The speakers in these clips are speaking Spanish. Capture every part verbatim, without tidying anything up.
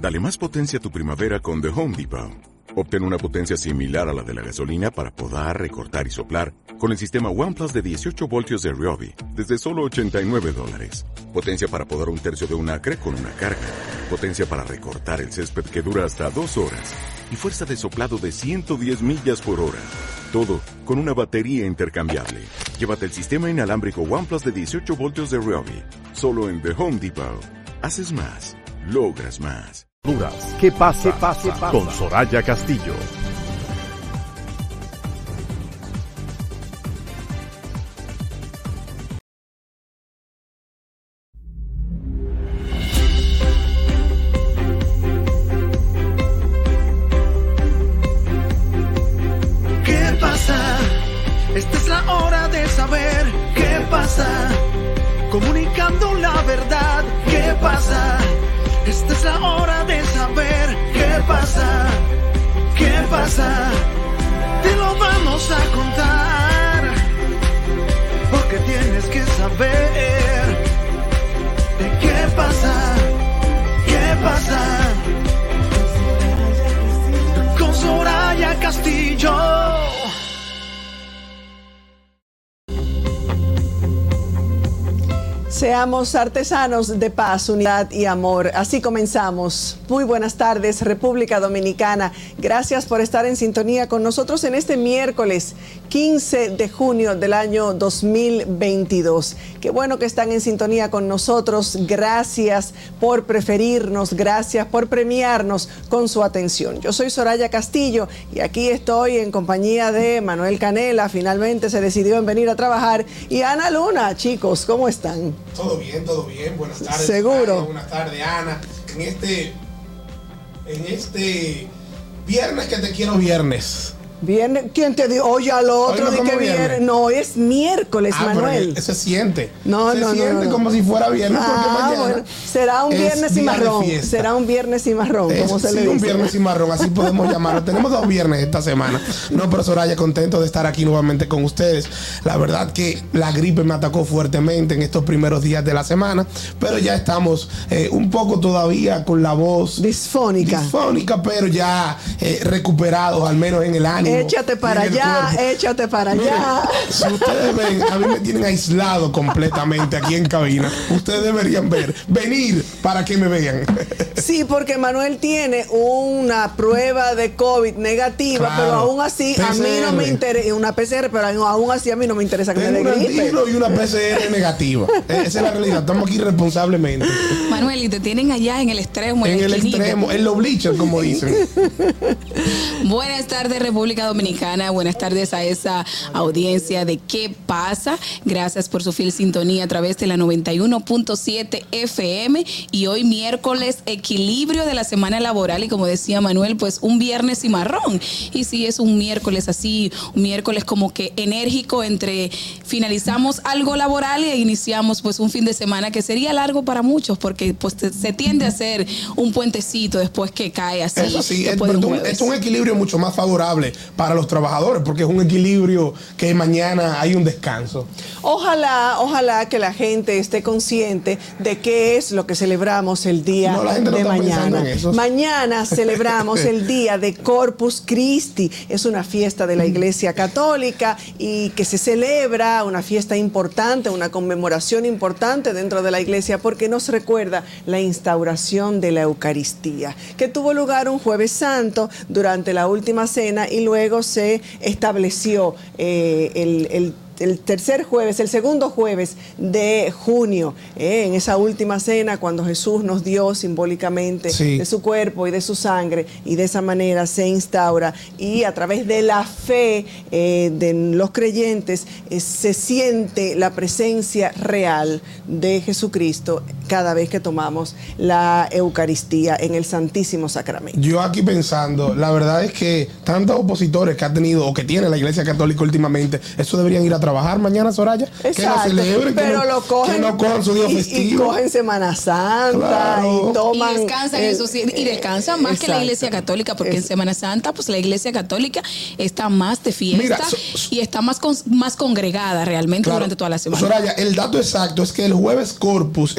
Dale más potencia a tu primavera con The Home Depot. Obtén una potencia similar a la de la gasolina para podar, recortar y soplar con el sistema OnePlus de dieciocho voltios de Ryobi desde solo ochenta y nueve dólares. Potencia para podar un tercio de un acre con una carga. Potencia para recortar el césped que dura hasta dos horas. Y fuerza de soplado de ciento diez millas por hora. Todo con una batería intercambiable. Llévate el sistema inalámbrico OnePlus de dieciocho voltios de Ryobi. Solo en The Home Depot. Haces más. Logras más. ¿Qué pasa? ¿Qué pasa? ¿Qué pasa? Con Soraya Castillo. ¿Qué pasa? Esta es la hora de saber qué pasa. Comunicando la verdad, ¿qué pasa? Esta es la hora de saber qué pasa, qué pasa. Te lo vamos a contar, porque tienes que saber de qué pasa, qué pasa. Con Soraya Castillo. Seamos artesanos de paz, unidad y amor. Así comenzamos. Muy buenas tardes, República Dominicana. Gracias por estar en sintonía con nosotros en este miércoles quince de junio del año dos mil veintidós. Qué bueno que están en sintonía con nosotros. Gracias por preferirnos, gracias por premiarnos con su atención. Yo soy Soraya Castillo y aquí estoy en compañía de Manuel Canela. Finalmente se decidió en venir a trabajar. Y Ana Luna, chicos, ¿cómo están? Todo bien, todo bien. Buenas tardes. Seguro. Ana, buenas tardes, Ana. En este, en este viernes que te quiero viernes. Viernes, ¿quién te dijo? Oye, al otro Hoy no de que viernes. viernes. No, es miércoles, Ah, Manuel. pero se siente. No, se no, siente no, no. como si fuera viernes, porque Ah, mañana bueno, será un es viernes y día de marrón. fiesta. Será un viernes y marrón, Es, como se sí, le dice. un viernes y marrón, así podemos llamarlo. Tenemos dos viernes esta semana. No, pero Soraya, contento de estar aquí nuevamente con ustedes. La verdad que la gripe me atacó fuertemente en estos primeros días de la semana, pero ya estamos eh, un poco todavía con la voz disfónica. Disfónica, pero ya eh, recuperados, al menos en el ánimo. Échate para allá, cuerpo. échate para Miren, allá. si ustedes ven, a mí me tienen aislado completamente aquí en cabina. Ustedes deberían ver, venir para que me vean. Sí, porque Manuel tiene una prueba de COVID negativa, Claro. pero aún así P C R. a mí no me interesa, una P C R, pero aún así a mí no me interesa que Tengo me un dé gripe. antígeno y una P C R negativa. Esa es la realidad. Estamos aquí responsablemente. Manuel, y te tienen allá en el extremo. En la el esquinita. extremo, en los bleachers, como dicen. Buenas tardes, República Dominicana. Buenas tardes a esa audiencia de ¿Qué pasa? Gracias por su fiel sintonía a través de la noventa y uno punto siete F M. Y hoy miércoles, equilibrio de la semana laboral. Y como decía Manuel, pues un viernes y marrón. Y sí, es un miércoles así, un miércoles como que enérgico entre finalizamos algo laboral e iniciamos pues un fin de semana que sería largo para muchos porque pues te, se tiende a hacer un puentecito después que cae así. Eso sí, es, después de un pero jueves. es un equilibrio mucho más favorable para los trabajadores, porque es un equilibrio que mañana hay un descanso. Ojalá, ojalá que la gente esté consciente de qué es lo que celebramos el día No, la gente no de está pensando mañana. en eso. Mañana celebramos el día de Corpus Christi. Es una fiesta de la Iglesia Católica y que se celebra, una fiesta importante, una conmemoración importante dentro de la Iglesia porque nos recuerda la instauración de la Eucaristía, que tuvo lugar un Jueves Santo durante la última cena y luego se estableció eh, el, el el tercer jueves, el segundo jueves de junio, eh, en esa última cena cuando Jesús nos dio simbólicamente Sí. de su cuerpo y de su sangre, y de esa manera se instaura y a través de la fe eh, de los creyentes eh, se siente la presencia real de Jesucristo cada vez que tomamos la Eucaristía en el Santísimo Sacramento. Yo aquí pensando, la verdad es que tantos opositores que ha tenido o que tiene la Iglesia Católica últimamente, eso deberían ir a trabajar mañana, Soraya. Exacto, que lo celebren, pero que no, lo cogen, que no cojan su día y, festivo. y cogen Semana Santa Claro. y toman y descansan, el- eso sí, y descansan más que la Exacto. Iglesia Católica, porque en Es- Semana Santa, pues la Iglesia Católica está más de fiesta Mira, so- so- y está más, con- más congregada realmente Claro. durante toda la semana. Soraya, el dato exacto es que el jueves Corpus es, es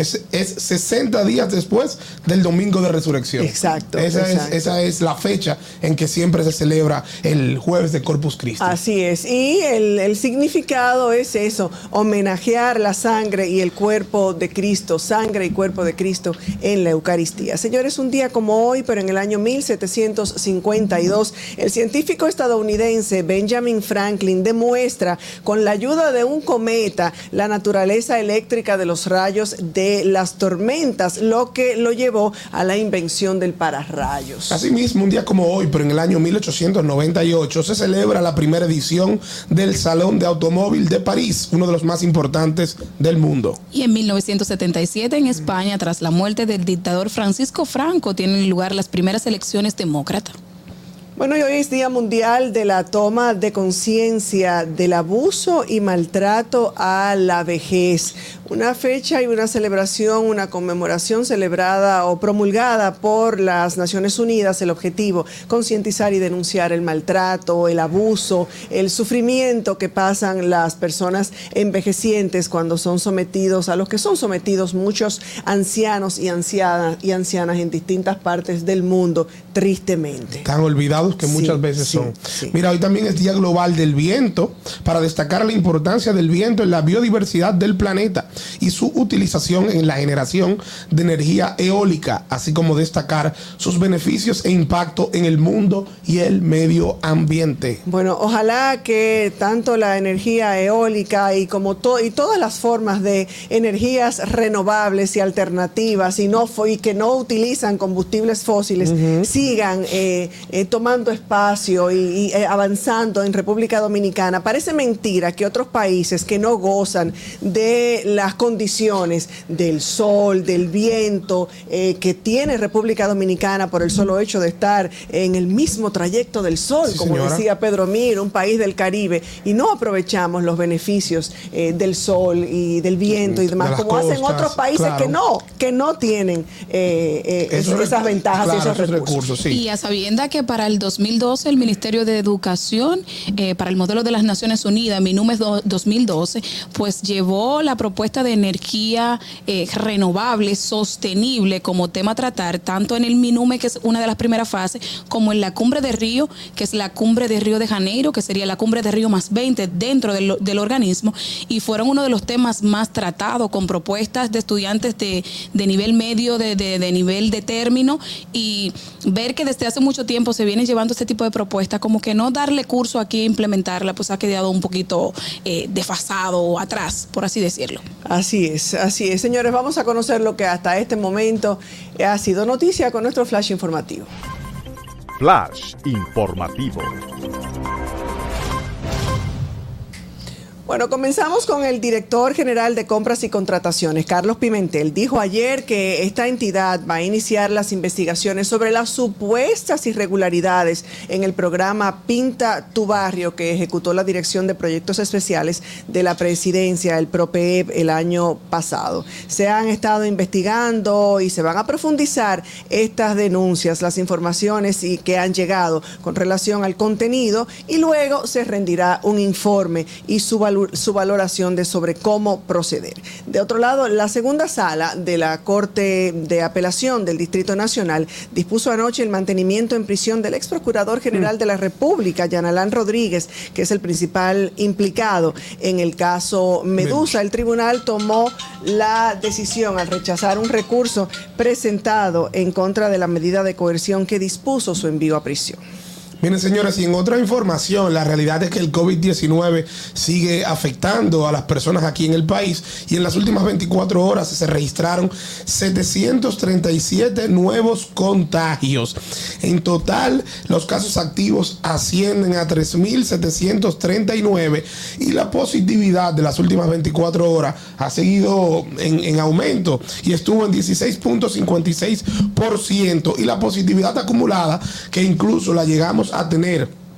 es sesenta días después del domingo de resurrección. Exacto. Esa, exacto. Es, esa es la fecha en que siempre se celebra el jueves de Corpus Christi. Así es. Y el, el significado es eso, homenajear la sangre y el cuerpo de Cristo, sangre y cuerpo de Cristo en la Eucaristía. Señores, un día como hoy, pero en el año mil setecientos cincuenta y dos, el científico estadounidense Benjamin Franklin demuestra con la ayuda de un cometa la naturaleza eléctrica de los rayos de las tormentas, lo que lo llevó a la invención del pararrayos. Asimismo, un día como hoy, pero en el año mil ochocientos noventa y ocho, se celebra la primera edición del Salón de Automóvil de París, uno de los más importantes del mundo. Y en mil novecientos setenta y siete, en España, tras la muerte del dictador Francisco Franco, tienen lugar las primeras elecciones demócratas. Bueno, y hoy es Día Mundial de la Toma de Conciencia del Abuso y Maltrato a la Vejez. Una fecha y una celebración, una conmemoración celebrada o promulgada por las Naciones Unidas. El objetivo, concientizar y denunciar el maltrato, el abuso, el sufrimiento que pasan las personas envejecientes cuando son sometidos, a los que son sometidos muchos ancianos y ancianas, y ancianas en distintas partes del mundo, tristemente. Están olvidados que muchas sí, veces sí, son. Sí. Mira, hoy también es Día Global del Viento, para destacar la importancia del viento en la biodiversidad del planeta y su utilización en la generación de energía eólica, así como destacar sus beneficios e impacto en el mundo y el medio ambiente. Bueno, ojalá que tanto la energía eólica y como to y todas las formas de energías renovables y alternativas y, no y que no utilizan combustibles fósiles uh-huh. sigan eh, eh, tomando espacio y, y eh, avanzando en República Dominicana. Parece mentira que otros países que no gozan de las condiciones del sol, del viento eh, que tiene República Dominicana por el solo hecho de estar en el mismo trayecto del sol, sí, como señora. Decía Pedro Mir, un país del Caribe, y no aprovechamos los beneficios eh, del sol y del viento y demás, de como costas, hacen otros países claro. que no, que no tienen eh, eh, Eso, esas ventajas claro, y esos, esos recursos. recursos sí. Y a sabienda que para el dos mil doce el Ministerio de Educación, eh, para el modelo de las Naciones Unidas, MINUMES dos mil doce, pues llevó la propuesta de energía eh, renovable, sostenible como tema a tratar, tanto en el MINUME, que es una de las primeras fases, como en la Cumbre de Río, que es la Cumbre de Río de Janeiro, que sería la Cumbre de Río más veinte dentro del, del organismo, y fueron uno de los temas más tratados, con propuestas de estudiantes de, de nivel medio, de, de, de nivel de término, y ver que desde hace mucho tiempo se viene llevando este tipo de propuestas, como que no darle curso aquí a implementarla, pues ha quedado un poquito eh, desfasado o atrás, por así decirlo. Así es, así es. Señores, vamos a conocer lo que hasta este momento ha sido noticia con nuestro flash informativo. Flash informativo. Bueno, comenzamos con el director general de Compras y Contrataciones, Carlos Pimentel. Dijo ayer que esta entidad va a iniciar las investigaciones sobre las supuestas irregularidades en el programa Pinta tu Barrio que ejecutó la Dirección de Proyectos Especiales de la Presidencia, el PROPEEP, el año pasado. Se han estado investigando y se van a profundizar estas denuncias, las informaciones y que han llegado con relación al contenido, y luego se rendirá un informe y su valor su valoración de sobre cómo proceder. De otro lado, la segunda sala de la Corte de Apelación del Distrito Nacional dispuso anoche el mantenimiento en prisión del ex procurador general de la República, Yanalán Rodríguez, que es el principal implicado en el caso Medusa. El tribunal tomó la decisión al rechazar un recurso presentado en contra de la medida de coerción que dispuso su envío a prisión. Miren, señores, y en otra información, la realidad es que el COVID diecinueve sigue afectando a las personas aquí en el país, y en las últimas veinticuatro horas se registraron setecientos treinta y siete nuevos contagios. En total, los casos activos ascienden a tres mil setecientos treinta y nueve, y la positividad de las últimas veinticuatro horas ha seguido en, en aumento y estuvo en dieciséis punto cincuenta y seis por ciento, y la positividad acumulada, que incluso la llegamos a tener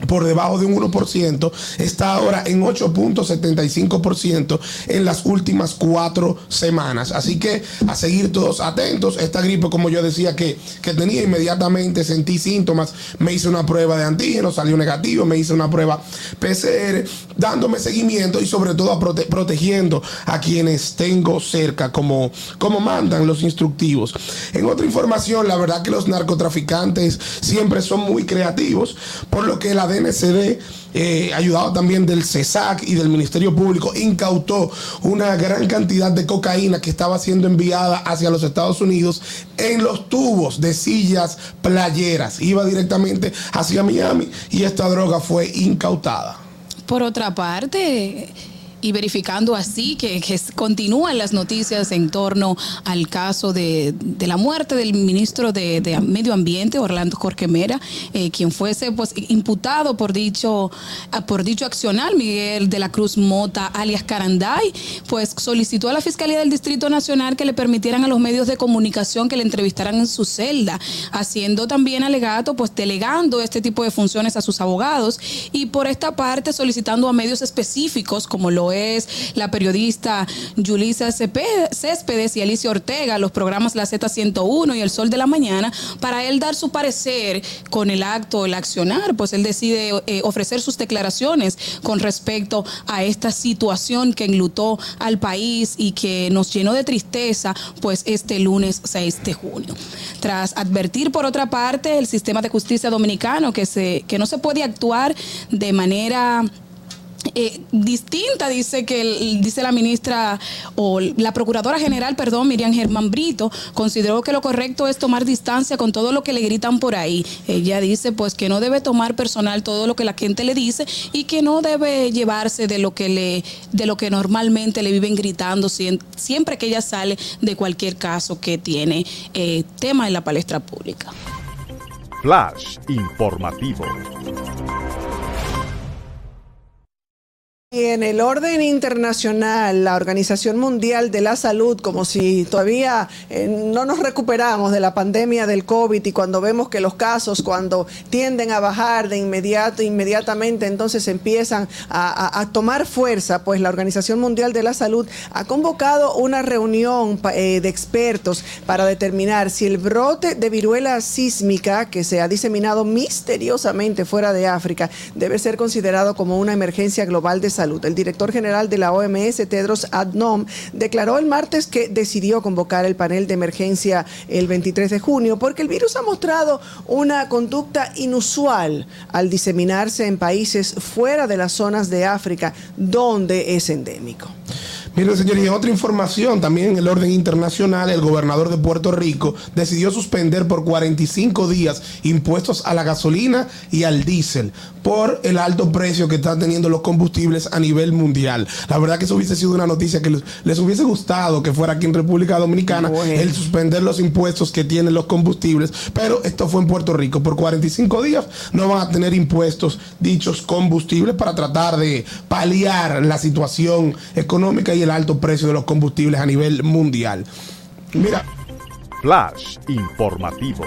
por debajo de un uno por ciento, está ahora en ocho punto setenta y cinco por ciento en las últimas cuatro semanas. Así que a seguir todos atentos. Esta gripe, como yo decía que, que tenía, inmediatamente sentí síntomas, me hice una prueba de antígeno, salió negativo, me hice una prueba P C R, dándome seguimiento y sobre todo a prote protegiendo a quienes tengo cerca, como, como mandan los instructivos. En otra información, la verdad que los narcotraficantes siempre son muy creativos, por lo que la D N C D, eh, ayudado también del CESAC y del Ministerio Público, incautó una gran cantidad de cocaína que estaba siendo enviada hacia los Estados Unidos en los tubos de sillas playeras. Iba directamente hacia Miami y esta droga fue incautada. Por otra parte, y verificando así que, que continúan las noticias en torno al caso de, de la muerte del ministro de, de Medio Ambiente, Orlando Jorge Mera, eh, quien fuese pues imputado por dicho, por dicho accionar, Miguel de la Cruz Mota, alias Caranday, pues solicitó a la Fiscalía del Distrito Nacional que le permitieran a los medios de comunicación que le entrevistaran en su celda, haciendo también alegato, pues delegando este tipo de funciones a sus abogados, y por esta parte solicitando a medios específicos como lo es la periodista Yulisa Céspedes y Alicia Ortega, los programas La Z ciento uno y El Sol de la Mañana, para él dar su parecer con el acto, el accionar, pues él decide eh, ofrecer sus declaraciones con respecto a esta situación que enlutó al país y que nos llenó de tristeza, pues este lunes seis de junio. Tras advertir, por otra parte, el sistema de justicia dominicano que, se, que no se puede actuar de manera Eh, distinta, dice que el, dice la ministra o la procuradora general, perdón, Miriam Germán Brito, consideró que lo correcto es tomar distancia con todo lo que le gritan por ahí. Ella dice pues que no debe tomar personal todo lo que la gente le dice y que no debe llevarse de lo que le de lo que normalmente le viven gritando siempre que ella sale de cualquier caso que tiene eh, tema en la palestra pública. Flash informativo. Y en el orden internacional, la Organización Mundial de la Salud, como si todavía eh, no nos recuperamos de la pandemia del COVID, y cuando vemos que los casos, cuando tienden a bajar de inmediato, inmediatamente entonces empiezan a, a, a tomar fuerza, pues la Organización Mundial de la Salud ha convocado una reunión eh, de expertos para determinar si el brote de viruela sísmica que se ha diseminado misteriosamente fuera de África debe ser considerado como una emergencia global de salud. El director general de la O M S, Tedros Adhanom, declaró el martes que decidió convocar el panel de emergencia el veintitrés de junio porque el virus ha mostrado una conducta inusual al diseminarse en países fuera de las zonas de África donde es endémico. Miren, señores, y otra información también en el orden internacional, el gobernador de Puerto Rico decidió suspender por cuarenta y cinco días impuestos a la gasolina y al diésel por el alto precio que están teniendo los combustibles a nivel mundial. La verdad que eso hubiese sido una noticia que les, les hubiese gustado que fuera aquí en República Dominicana, bueno, el suspender los impuestos que tienen los combustibles, pero esto fue en Puerto Rico. Por cuarenta y cinco días no van a tener impuestos dichos combustibles para tratar de paliar la situación económica y el alto precio de los combustibles a nivel mundial. Mira. Flash informativo.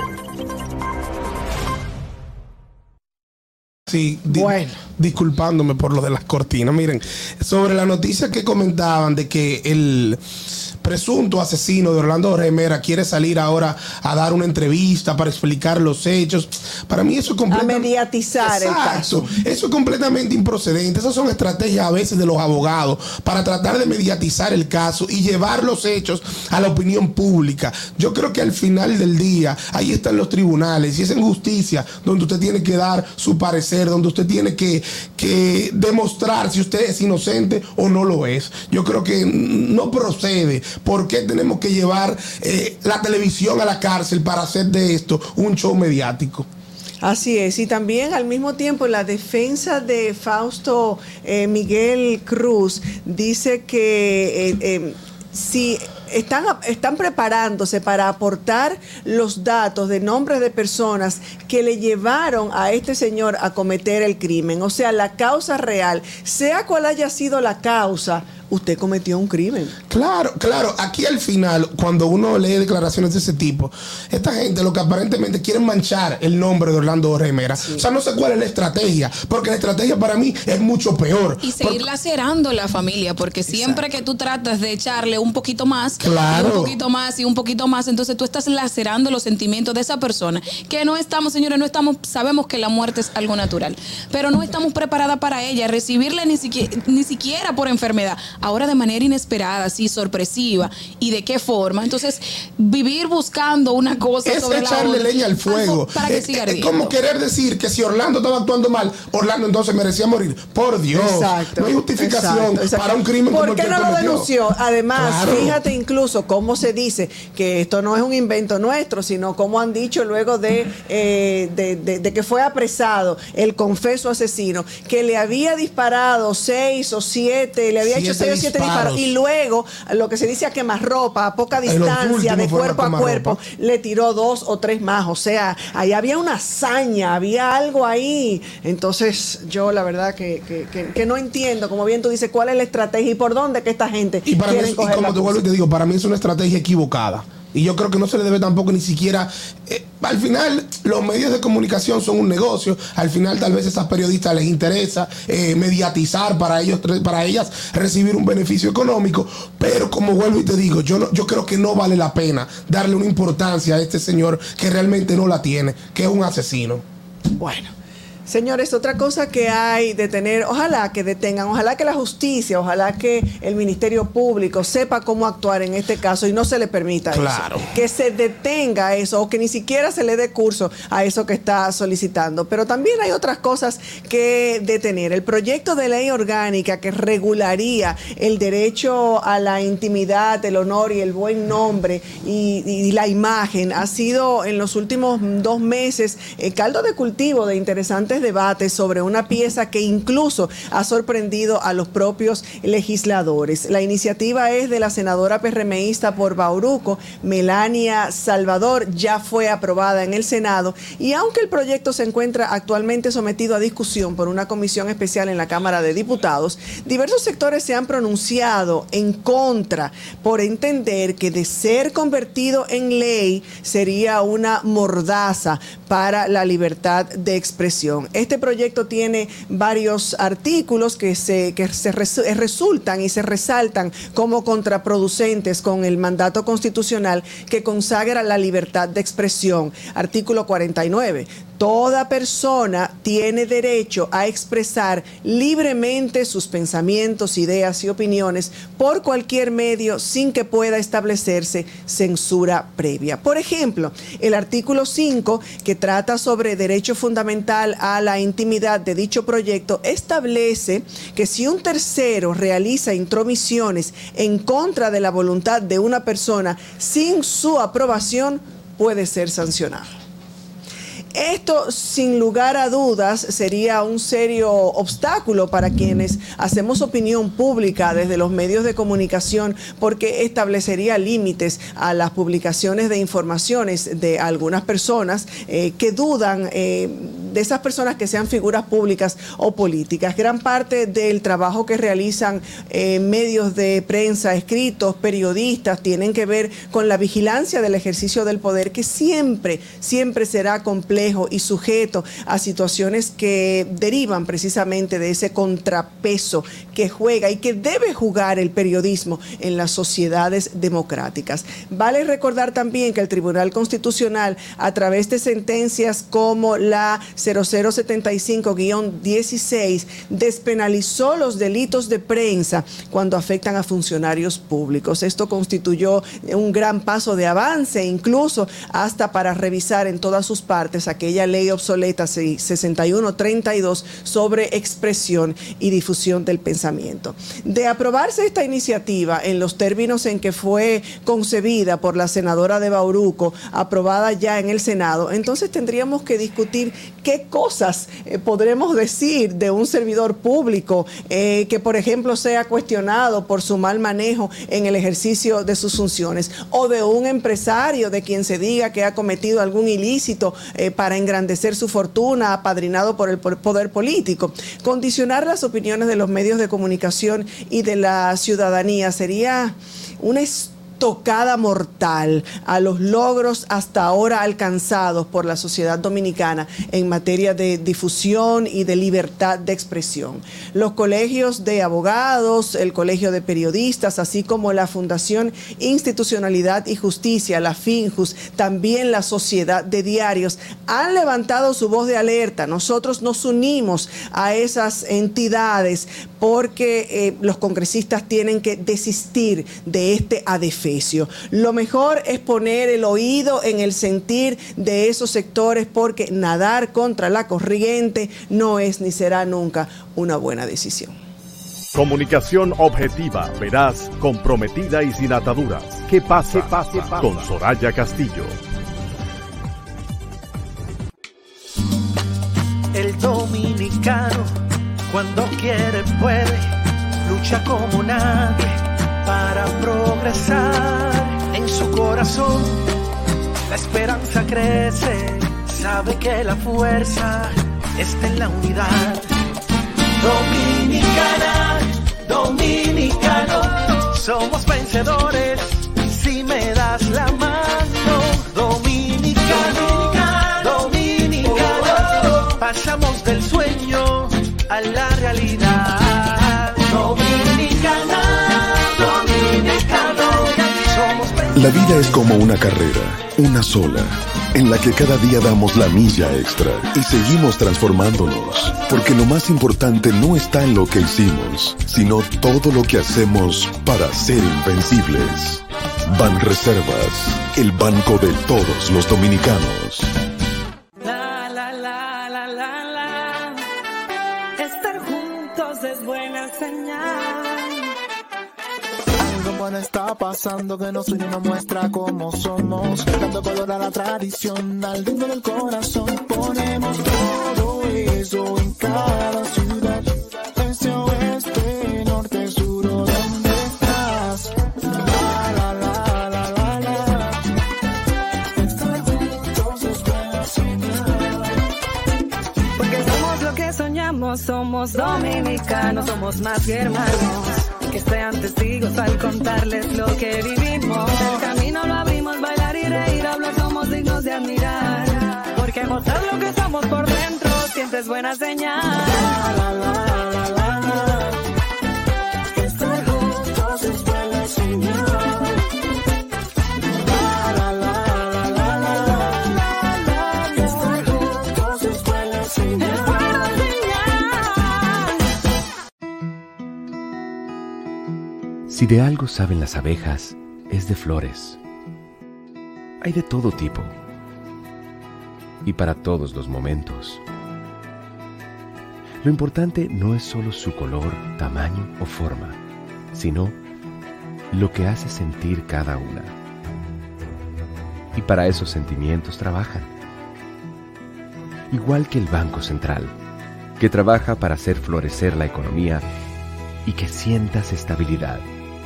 Sí, di bueno. disculpándome por lo de las cortinas. Miren, sobre la noticia que comentaban de que el presunto asesino de Orlando Jorge Mera quiere salir ahora a dar una entrevista para explicar los hechos. Para mí eso es completamente... A mediatizar el caso. Eso es completamente improcedente. Esas son estrategias a veces de los abogados para tratar de mediatizar el caso y llevar los hechos a la opinión pública. Yo creo que al final del día, ahí están los tribunales y es en justicia donde usted tiene que dar su parecer, donde usted tiene que, que demostrar si usted es inocente o no lo es. Yo creo que no procede. ¿Por qué tenemos que llevar eh, la televisión a la cárcel para hacer de esto un show mediático? Así es, y también al mismo tiempo la defensa de Fausto eh, Miguel Cruz dice que eh, eh, si están, están preparándose para aportar los datos de nombres de personas que le llevaron a este señor a cometer el crimen, o sea, la causa real, sea cual haya sido la causa usted cometió un crimen. Claro, claro. Aquí al final, cuando uno lee declaraciones de ese tipo, esta gente lo que aparentemente quieren manchar el nombre de Orlando Remera. Sí. O sea, no sé cuál es la estrategia, porque la estrategia para mí es mucho peor. Y seguir porque... lacerando la familia, porque siempre Exacto. que tú tratas de echarle un poquito más, claro. y un poquito más y un poquito más, entonces tú estás lacerando los sentimientos de esa persona, que no estamos, señores, no estamos, sabemos que la muerte es algo natural, pero no estamos preparadas para ella, recibirla ni siquiera, ni siquiera por enfermedad. Ahora de manera inesperada, así sorpresiva, y de qué forma. Entonces, vivir buscando una cosa es sobre echarle la otra, leña al fuego. Para que es, siga es como querer decir que si Orlando estaba actuando mal, Orlando entonces merecía morir. Por Dios. Exacto, no hay justificación exacto, exacto. para un crimen como el que ¿Por qué no lo denunció? Además, claro. fíjate incluso cómo se dice que esto no es un invento nuestro, sino como han dicho luego de, eh, de, de, de que fue apresado el confeso asesino, que le había disparado seis o siete, le había siete hecho seis o siete disparos. Y luego, lo que se dice a quemarropa, a poca distancia, de cuerpo a cuerpo, le tiró dos o tres más. O sea, ahí había una hazaña, había algo ahí. Entonces, yo la verdad que, que, que, que no entiendo, como bien tú dices, cuál es la estrategia y por dónde que esta gente y para quiere mí, y como te vuelvo y te digo, para mí es una estrategia equivocada. Y yo creo que no se le debe tampoco ni siquiera... Eh, al final, los medios de comunicación son un negocio. Al final, tal vez a esas periodistas les interesa eh, mediatizar para ellos, para ellas recibir un beneficio económico. Pero como vuelvo y te digo, yo, no, yo creo que no vale la pena darle una importancia a este señor que realmente no la tiene, que es un asesino. Bueno. Señores, otra cosa que hay de tener, ojalá que detengan, ojalá que la justicia, ojalá que el Ministerio Público sepa cómo actuar en este caso y no se le permita claro. eso. Que se detenga eso o que ni siquiera se le dé curso a eso que está solicitando. Pero también hay otras cosas que detener. El proyecto de ley orgánica que regularía el derecho a la intimidad, el honor y el buen nombre y, y la imagen ha sido en los últimos dos meses el caldo de cultivo de interesantes debates sobre una pieza que incluso ha sorprendido a los propios legisladores. La iniciativa es de la senadora PRMista por Bauruco, Melania Salvador, ya fue aprobada en el Senado y aunque el proyecto se encuentra actualmente sometido a discusión por una comisión especial en la Cámara de Diputados, diversos sectores se han pronunciado en contra por entender que de ser convertido en ley sería una mordaza para la libertad de expresión. Este proyecto tiene varios artículos que se, que se res, resultan y se resaltan como contraproducentes con el mandato constitucional que consagra la libertad de expresión. Artículo cuarenta y nueve. Toda persona tiene derecho a expresar libremente sus pensamientos, ideas y opiniones por cualquier medio sin que pueda establecerse censura previa. Por ejemplo, el artículo cinco, que trata sobre derecho fundamental a la intimidad de dicho proyecto, establece que si un tercero realiza intromisiones en contra de la voluntad de una persona sin su aprobación, puede ser sancionado. Esto, sin lugar a dudas, sería un serio obstáculo para quienes hacemos opinión pública desde los medios de comunicación, porque establecería límites a las publicaciones de informaciones de algunas personas eh, que dudan eh, de esas personas que sean figuras públicas o políticas. Gran parte del trabajo que realizan eh, medios de prensa, escritos, periodistas, tienen que ver con la vigilancia del ejercicio del poder, que siempre, siempre será complejo y sujeto a situaciones que derivan precisamente de ese contrapeso que juega y que debe jugar el periodismo en las sociedades democráticas. Vale recordar también que el Tribunal Constitucional, a través de sentencias como la cero cero setenta y cinco guión dieciséis, despenalizó los delitos de prensa cuando afectan a funcionarios públicos. Esto constituyó un gran paso de avance, incluso hasta para revisar en todas sus partes aquella ley obsoleta sesenta y uno treinta y dos sobre expresión y difusión del pensamiento. De aprobarse esta iniciativa en los términos en que fue concebida por la senadora de Bauruco, aprobada ya en el Senado, entonces tendríamos que discutir qué ¿qué cosas eh, podremos decir de un servidor público eh, que, por ejemplo, sea cuestionado por su mal manejo en el ejercicio de sus funciones? O de un empresario de quien se diga que ha cometido algún ilícito eh, para engrandecer su fortuna, apadrinado por el poder político. Condicionar las opiniones de los medios de comunicación y de la ciudadanía sería una tocada mortal a los logros hasta ahora alcanzados por la sociedad dominicana en materia de difusión y de libertad de expresión. Los colegios de abogados, el Colegio de Periodistas, así como la Fundación Institucionalidad y Justicia, la FINJUS, también la Sociedad de Diarios, han levantado su voz de alerta. Nosotros nos unimos a esas entidades porque eh, los congresistas tienen que desistir de este adefesio. Lo mejor es poner el oído en el sentir de esos sectores, porque nadar contra la corriente no es ni será nunca una buena decisión. Comunicación objetiva, veraz, comprometida y sin ataduras. ¿Qué pasa? ¿Qué pasa? Con Soraya Castillo. El dominicano, cuando quiere, puede, lucha como nadie para progresar. En su corazón la esperanza crece, sabe que la fuerza está en la unidad. Dominicana, dominicano, somos vencedores si me das la mano. Dominicano, dominicano, pasamos del sueño a la realidad. Dominicana, dominicano, somos vencedores. La vida es como una carrera, una sola, en la que cada día damos la milla extra y seguimos transformándonos, porque lo más importante no está en lo que hicimos, sino todo lo que hacemos para ser invencibles. Banreservas, el banco de todos los dominicanos. La, la, la, la, la, la. Estar juntos es buena señal. Algo bueno está pasando que nos une y nos muestra cómo somos, dando color a la tradición, al ritmo del corazón. Ponemos todo eso en cada ciudad, este, oeste, norte, sur, ¿o dónde estás? La, la, la, la, la, la. Estar juntos es buena señal. Porque somos lo que soñamos, somos dominicanos, somos más que hermanos. Que sean testigos al contarles lo que vivimos. El camino lo abrimos, bailar y reír, hablar, somos dignos de admirar. Porque mostrar lo que somos por dentro siempre es buena señal. La, la, la, la, la, la. Estar juntos es buena señal. La, la, la, la, la, la, la. Estar juntos es buena señal. Si de algo saben las abejas, es de flores. Hay de todo tipo y para todos los momentos. Lo importante no es solo su color, tamaño o forma, sino lo que hace sentir cada una. Y para esos sentimientos trabajan. Igual que el Banco Central, que trabaja para hacer florecer la economía y que sientas estabilidad.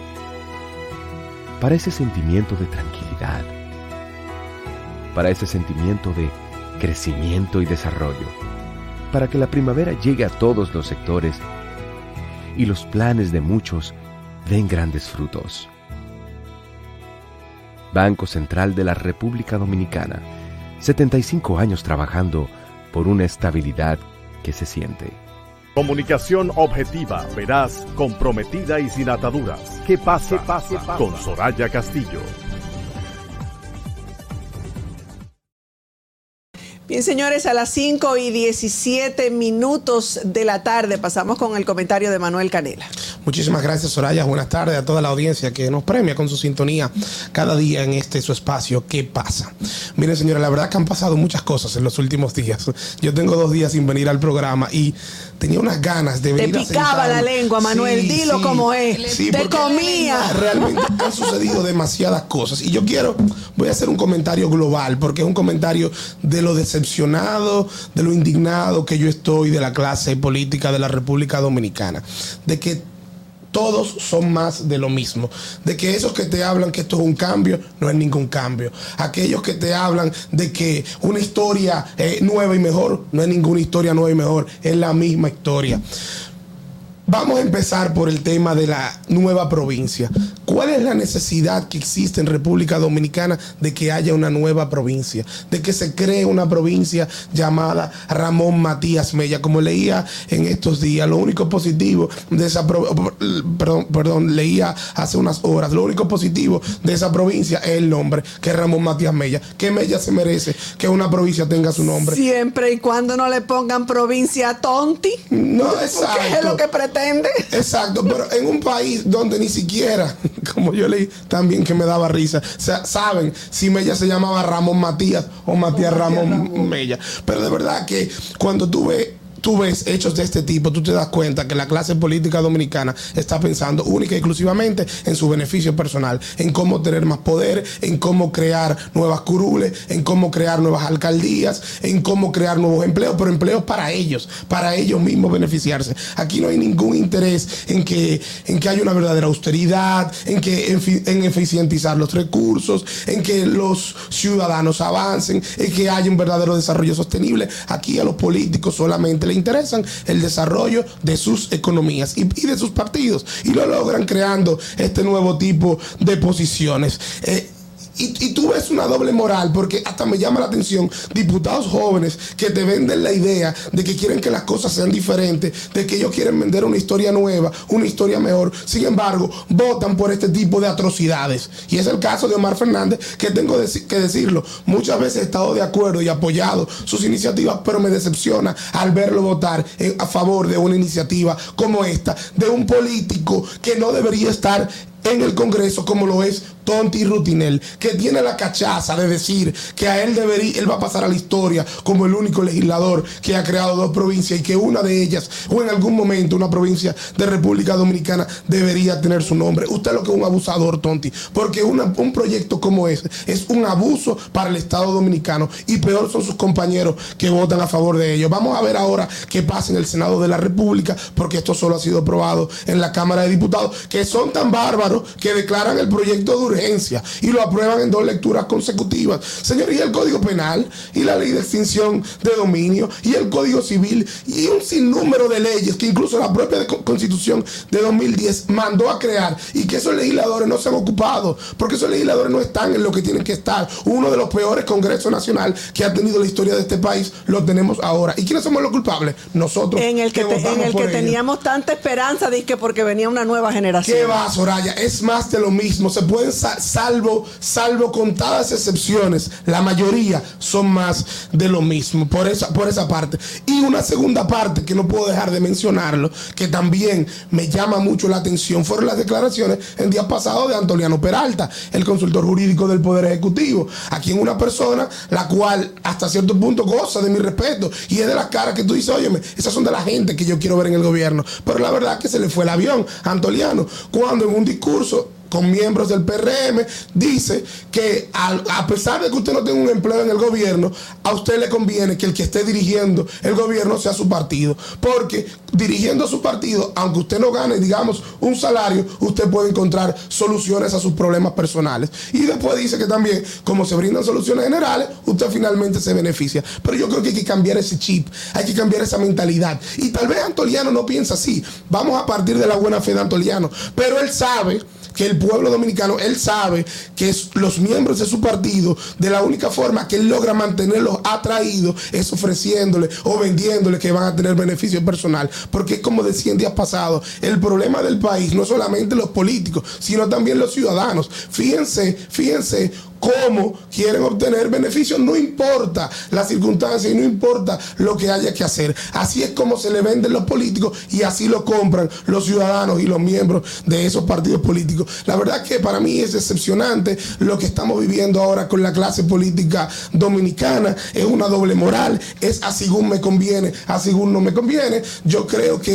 Para ese sentimiento de tranquilidad, para ese sentimiento de crecimiento y desarrollo, para que la primavera llegue a todos los sectores y los planes de muchos den grandes frutos. Banco Central de la República Dominicana, setenta y cinco años trabajando por una estabilidad que se siente. Comunicación objetiva, veraz, comprometida y sin ataduras. ¿Qué pasa? ¿Qué pasa? Con Soraya Castillo. Bien, señores, a las cinco y diecisiete minutos de la tarde pasamos con el comentario de Manuel Canela. Muchísimas gracias, Soraya. Buenas tardes a toda la audiencia que nos premia con su sintonía cada día en este su espacio. ¿Qué pasa? Miren, señores, la verdad que han pasado muchas cosas en los últimos días. Yo tengo dos días sin venir al programa y tenía unas ganas de venir. Te picaba la lengua, Manuel. Sí, dilo sí, como es. Sí, te comía. Realmente han sucedido demasiadas cosas. Y yo quiero, voy a hacer un comentario global, porque es un comentario de lo descentralizado decepcionado, de lo indignado que yo estoy de la clase política de la República Dominicana. De que todos son más de lo mismo. De que esos que te hablan que esto es un cambio, no es ningún cambio. Aquellos que te hablan de que una historia eh, nueva y mejor, no es ninguna historia nueva y mejor, es la misma historia. Vamos a empezar por el tema de la nueva provincia. ¿Cuál es la necesidad que existe en República Dominicana de que haya una nueva provincia? De que se cree una provincia llamada Ramón Matías Mella. Como leía en estos días, lo único positivo de esa pro- perdón, perdón, leía hace unas horas, lo único positivo de esa provincia es el nombre, que es Ramón Matías Mella. ¿Qué Mella se merece que una provincia tenga su nombre? Siempre y cuando no le pongan provincia Tonti. No, exacto. Porque es lo que pretende. Exacto, pero en un país donde ni siquiera, como yo leí también que me daba risa, o sea, saben si Mella se llamaba Ramón Matías o Matías, o Matías Ramón, Ramón Mella. Pero de verdad que cuando tú ves tú ves hechos de este tipo, tú te das cuenta que la clase política dominicana está pensando única y exclusivamente en su beneficio personal, en cómo tener más poder, en cómo crear nuevas curules, en cómo crear nuevas alcaldías, en cómo crear nuevos empleos, pero empleos para ellos, para ellos mismos beneficiarse. Aquí no hay ningún interés en que, en que haya una verdadera austeridad, en que en, en eficientizar los recursos, en que los ciudadanos avancen, en que haya un verdadero desarrollo sostenible. Aquí a los políticos solamente le interesan el desarrollo de sus economías y, y de sus partidos, y lo logran creando este nuevo tipo de posiciones. Eh, Y, y tú ves una doble moral, porque hasta me llama la atención diputados jóvenes que te venden la idea de que quieren que las cosas sean diferentes, de que ellos quieren vender una historia nueva, una historia mejor. Sin embargo, votan por este tipo de atrocidades. Y es el caso de Omar Fernández, que tengo que decirlo. Muchas veces he estado de acuerdo y apoyado sus iniciativas, pero me decepciona al verlo votar en, a favor de una iniciativa como esta, de un político que no debería estar en el Congreso como lo es Tonti Rutinel, que tiene la cachaza de decir que a él debería, él va a pasar a la historia como el único legislador que ha creado dos provincias y que una de ellas, o en algún momento una provincia de República Dominicana, debería tener su nombre. Usted lo que es un abusador, Tonti, porque una, un proyecto como ese es un abuso para el Estado Dominicano, y peor son sus compañeros que votan a favor de ellos. Vamos a ver ahora qué pasa en el Senado de la República, porque esto solo ha sido aprobado en la Cámara de Diputados, que son tan bárbaros que declaran el proyecto de urgencia y lo aprueban en dos lecturas consecutivas. Señor, y el Código Penal, y la Ley de Extinción de Dominio, y el Código Civil, y un sinnúmero de leyes que incluso la propia Constitución de dos mil diez mandó a crear, y que esos legisladores no se han ocupado, porque esos legisladores no están en lo que tienen que estar. Uno de los peores congresos nacional que ha tenido la historia de este país lo tenemos ahora. ¿Y quiénes somos los culpables? Nosotros. En el que, que, te, en el que teníamos tanta esperanza de que porque venía una nueva generación. ¿Qué va, Soraya? Es más de lo mismo. Se pueden, salvo, salvo contadas excepciones, la mayoría son más de lo mismo, por esa, por esa parte. Y una segunda parte que no puedo dejar de mencionarlo, que también me llama mucho la atención, fueron las declaraciones el día pasado de Antoliano Peralta, el consultor jurídico del Poder Ejecutivo, a quien una persona la cual hasta cierto punto goza de mi respeto, y es de las caras que tú dices, óyeme, esas son de la gente que yo quiero ver en el gobierno. Pero la verdad es que se le fue el avión a Antoliano cuando en un discurso con miembros del P R M dice que a, a pesar de que usted no tenga un empleo en el gobierno, a usted le conviene que el que esté dirigiendo el gobierno sea su partido, porque dirigiendo su partido, aunque usted no gane, digamos, un salario, usted puede encontrar soluciones a sus problemas personales. Y después dice que también, como se brindan soluciones generales, usted finalmente se beneficia. Pero yo creo que hay que cambiar ese chip, hay que cambiar esa mentalidad. Y tal vez Antoliano no piensa así, vamos a partir de la buena fe de Antoliano, pero él sabe que el pueblo dominicano, él sabe que los miembros de su partido, de la única forma que él logra mantenerlos atraídos es ofreciéndole o vendiéndole que van a tener beneficio personal. Porque como decía en días pasados, el problema del país no es solamente los políticos, sino también los ciudadanos. Fíjense, fíjense cómo quieren obtener beneficios, no importa las circunstancias y no importa lo que haya que hacer. Así es como se le venden los políticos y así lo compran los ciudadanos y los miembros de esos partidos políticos. La verdad que para mí es decepcionante lo que estamos viviendo ahora con la clase política dominicana. Es una doble moral, es así según me conviene, así según no me conviene. Yo creo que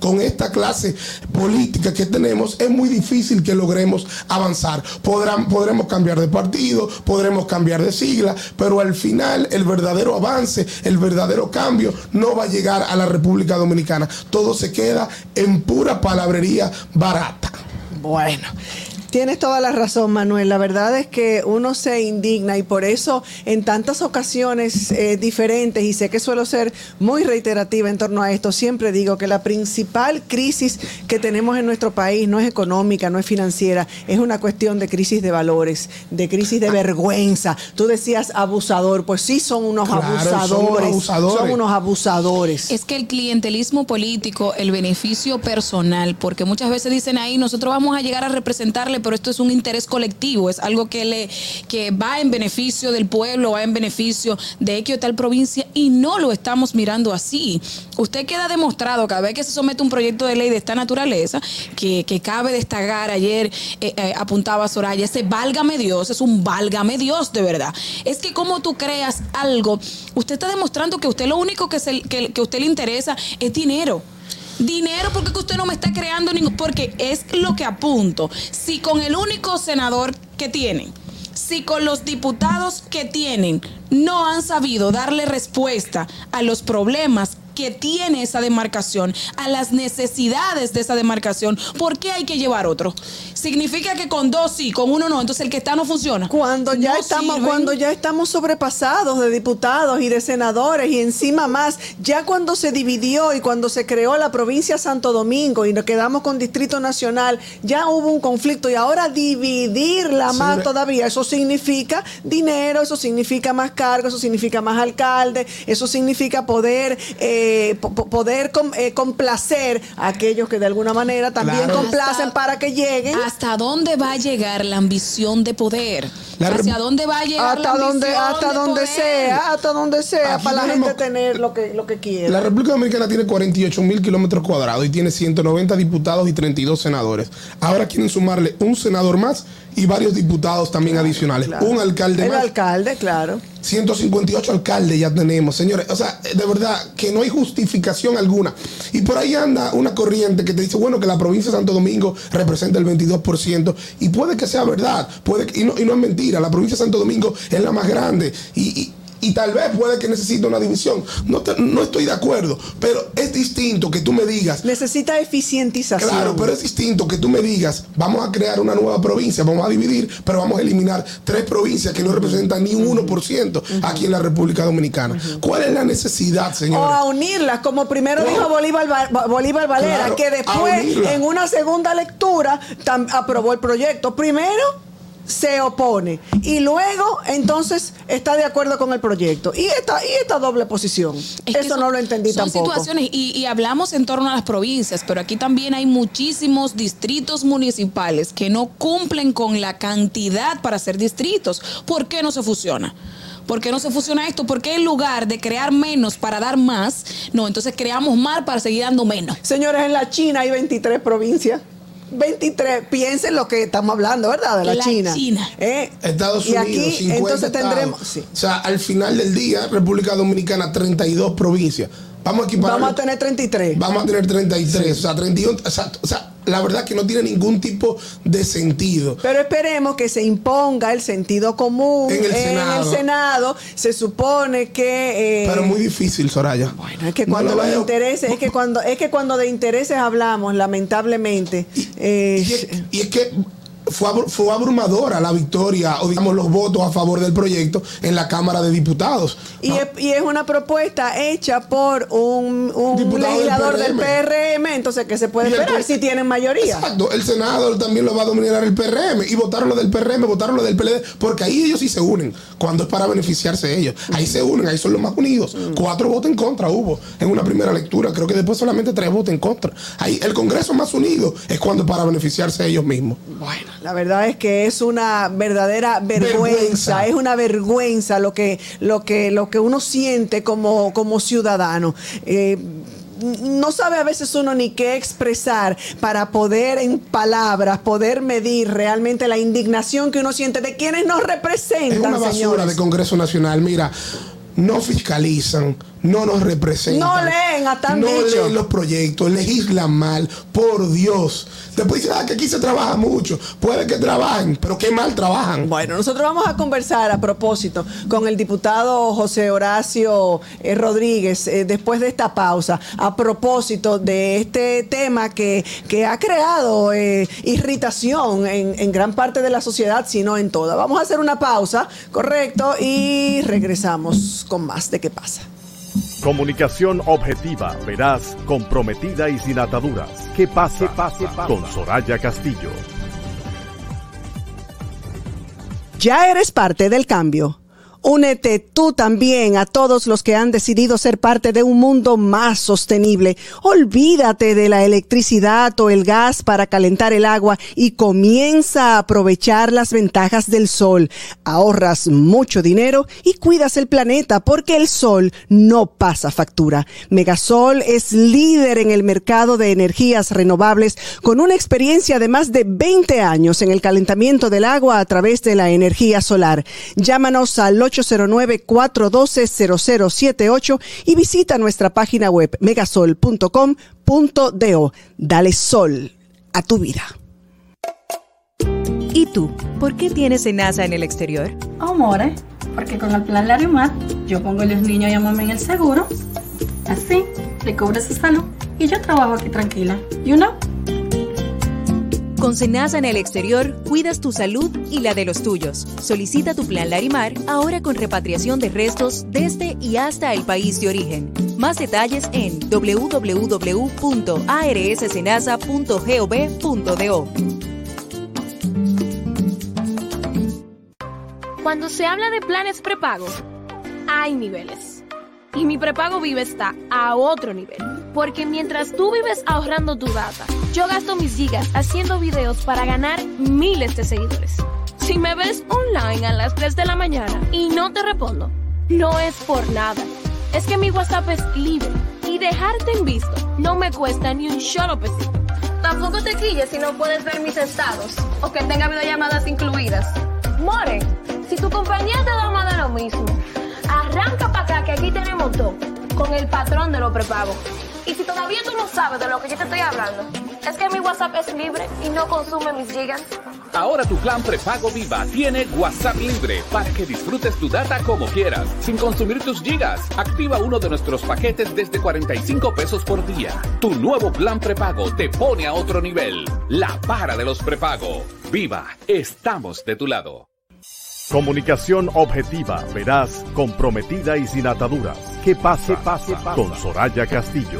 con esta clase política que tenemos es muy difícil que logremos avanzar. Podrán, podremos cambiar de partido, podremos cambiar de sigla, pero al final el verdadero avance, el verdadero cambio no va a llegar a la República Dominicana. Todo se queda en pura palabrería barata. Bueno, tienes toda la razón, Manuel. La verdad es que uno se indigna y por eso en tantas ocasiones eh, diferentes, y sé que suelo ser muy reiterativa en torno a esto, siempre digo que la principal crisis que tenemos en nuestro país no es económica, no es financiera, es una cuestión de crisis de valores, de crisis de vergüenza. Tú decías abusador, pues sí son unos Claro, abusadores, son unos abusadores. son unos abusadores. Es que el clientelismo político, el beneficio personal, porque muchas veces dicen ahí, nosotros vamos a llegar a representarle, pero esto es un interés colectivo, es algo que le que va en beneficio del pueblo, va en beneficio de X o tal provincia, y no lo estamos mirando así. Usted queda demostrado cada vez que se somete un proyecto de ley de esta naturaleza, que, que cabe destacar, ayer eh, eh, apuntaba Soraya, ese válgame Dios, es un válgame Dios de verdad. Es que como tú creas algo, usted está demostrando que usted lo único que, se, que, que a usted le interesa es dinero. Dinero, porque usted no me está creando ningún... Porque es lo que apunto. Si con el único senador que tienen, si con los diputados que tienen, no han sabido darle respuesta a los problemas que tiene esa demarcación, a las necesidades de esa demarcación, ¿por qué hay que llevar otro? Significa que con dos sí, con uno no, entonces el que está no funciona. Cuando ya No estamos, sirven. cuando ya estamos sobrepasados de diputados y de senadores y encima más, ya cuando se dividió y cuando se creó la provincia de Santo Domingo y nos quedamos con Distrito Nacional, ya hubo un conflicto y ahora dividirla Sí, más ve- todavía, eso significa dinero, eso significa más cargos, eso significa más alcalde, eso significa poder eh, po- po- poder com- eh, complacer a aquellos que de alguna manera también Claro. complacen Hasta- para que lleguen. ¿Hasta dónde va a llegar la ambición de poder? La ¿Hacia rep- dónde va a llegar Hasta la donde, ambición hasta de donde poder? sea, hasta donde sea, Aquí para la tenemos- gente tener lo que, lo que quiera. La República Dominicana tiene cuarenta y ocho mil kilómetros cuadrados y tiene ciento noventa diputados y treinta y dos senadores. Ahora quieren sumarle un senador más y varios diputados también adicionales. Claro. Un alcalde El más. alcalde, claro. ciento cincuenta y ocho alcaldes ya tenemos, señores. O sea, de verdad que no hay justificación alguna. Y por ahí anda una corriente que te dice, bueno, que la provincia de Santo Domingo representa el veintidós por ciento. Y puede que sea verdad, puede que- y, no, y no es mentira. La provincia de Santo Domingo es la más grande. Y, y, y tal vez puede que necesite una división. No, te- no estoy de acuerdo, pero es distinto que tú me digas. Necesita eficientización. Claro, pero es distinto que tú me digas, vamos a crear una nueva provincia, vamos a dividir, pero vamos a eliminar tres provincias que no representan ni un uno por ciento aquí en la República Dominicana. ¿Cuál es la necesidad, O señora? a unirlas, como primero Claro. dijo Bolívar, Ba- Bolívar Valera, Claro, que a después, unirlas. en una segunda lectura, tam- aprobó el proyecto. Primero se opone y luego entonces está de acuerdo con el proyecto. Y esta, y esta doble posición. Es que Eso son- no lo entendí son tampoco. situaciones, y, y hablamos en torno a las provincias, pero aquí también hay muchísimos distritos municipales que no cumplen con la cantidad para ser distritos. ¿Por qué no se fusiona? ¿Por qué no se fusiona esto? ¿Por qué en lugar de crear menos para dar más, no, entonces creamos más para seguir dando menos? Señores, en la China hay veintitrés provincias. veintitrés, piensen lo que estamos hablando, ¿verdad? De la, La China. China. ¿Eh? Estados y Unidos, aquí, cincuenta entonces estados. tendremos. Sí. O sea, al final del día, República Dominicana, treinta y dos provincias. Vamos a equiparar. Vamos a tener treinta y tres. Vamos a tener treinta y tres, o sea, treinta y uno, o sea, o sea, la verdad que no tiene ningún tipo de sentido. Pero esperemos que se imponga el sentido común En el en Senado. el Senado. Se supone que. eh, Pero muy difícil, Soraya. Bueno, es que No cuando lo los veo. intereses, es que cuando, es que cuando de intereses hablamos, lamentablemente. eh, Y es, y es que fue, abru- fue abrumadora la victoria, o digamos los votos a favor del proyecto en la Cámara de Diputados. Y, ¿no? es, y es una propuesta hecha por un, un Diputado del legislador del P P R M, entonces ¿qué se puede Y el esperar P- si tienen mayoría? Exacto, el Senado también lo va a dominar el P R M y votaron lo del P R M, votaron lo del P L D, porque ahí ellos sí se unen, cuando es para beneficiarse ellos. Ahí se unen, ahí son los más unidos. Cuatro votos en contra hubo en una primera lectura, creo que después solamente tres votos en contra. Ahí el Congreso más unido es cuando es para beneficiarse ellos mismos. Bueno, la verdad es que es una verdadera vergüenza, Vergüenza. es una vergüenza lo que, lo que, lo que uno siente como, como ciudadano. Eh, no sabe a veces uno ni qué expresar para poder en palabras, poder medir realmente la indignación que uno siente de quienes nos representan, Es una basura señores. de Congreso Nacional. Mira, no fiscalizan, no nos representan. No leen, hasta han No dicho. leen los proyectos, legislan mal, por Dios. Después dicen, ah, que aquí se trabaja mucho. Puede que trabajen, pero qué mal trabajan. Bueno, nosotros vamos a conversar a propósito con el diputado José Horacio eh, Rodríguez eh, después de esta pausa, a propósito de este tema que, que ha creado eh, irritación en, en gran parte de la sociedad, si no en toda. Vamos a hacer una pausa, correcto, y regresamos con más de qué pasa. Comunicación objetiva, veraz, comprometida y sin ataduras. ¿Qué pasa? Pase, pase, con Soraya Castillo. Ya eres parte del cambio. Únete tú también a todos los que han decidido ser parte de un mundo más sostenible. Olvídate de la electricidad o el gas para calentar el agua y comienza a aprovechar las ventajas del sol. Ahorras mucho dinero y cuidas el planeta porque el sol no pasa factura. Megasol es líder en el mercado de energías renovables con una experiencia de más de veinte años en el calentamiento del agua a través de la energía solar. Llámanos al ocho cero nueve, cuatro uno dos, cero cero siete ocho y visita nuestra página web megasol punto com punto do. Dale sol a tu vida. ¿Y tú? ¿Por qué tienes SENASA en el exterior? Amore, porque con el plan Larimat yo pongo a los niños y a mamá en el seguro. Así, le cubre su salud y yo trabajo aquí tranquila. You know? Con SENASA en el exterior, cuidas tu salud y la de los tuyos. Solicita tu plan Larimar ahora con repatriación de restos desde y hasta el país de origen. Más detalles en doble u doble u doble u punto a r s senasa punto gov punto do. Cuando se habla de planes prepago, hay niveles. Y mi prepago Vive está a otro nivel. Porque mientras tú vives ahorrando tu data, yo gasto mis gigas haciendo videos para ganar miles de seguidores. Si me ves online a las tres de la mañana y no te respondo, no es por nada. Es que mi WhatsApp es libre y dejarte en visto no me cuesta ni un solo pesito. Tampoco te quilles si no puedes ver mis estados o que tenga videollamadas incluidas. More, si tu compañía te da más de lo mismo, arranca para acá que aquí tenemos todo, con el patrón de los prepagos. Y si todavía tú no sabes de lo que yo te estoy hablando, es que mi WhatsApp es libre y no consume mis gigas. Ahora tu plan prepago Viva tiene WhatsApp libre para que disfrutes tu data como quieras, sin consumir tus gigas. Activa uno de nuestros paquetes desde cuarenta y cinco pesos por día. Tu nuevo plan prepago te pone a otro nivel. La para de los prepago. Viva, estamos de tu lado. Comunicación objetiva, veraz, comprometida y sin ataduras. ¿Qué pasa? Pase, pase, con Soraya Castillo.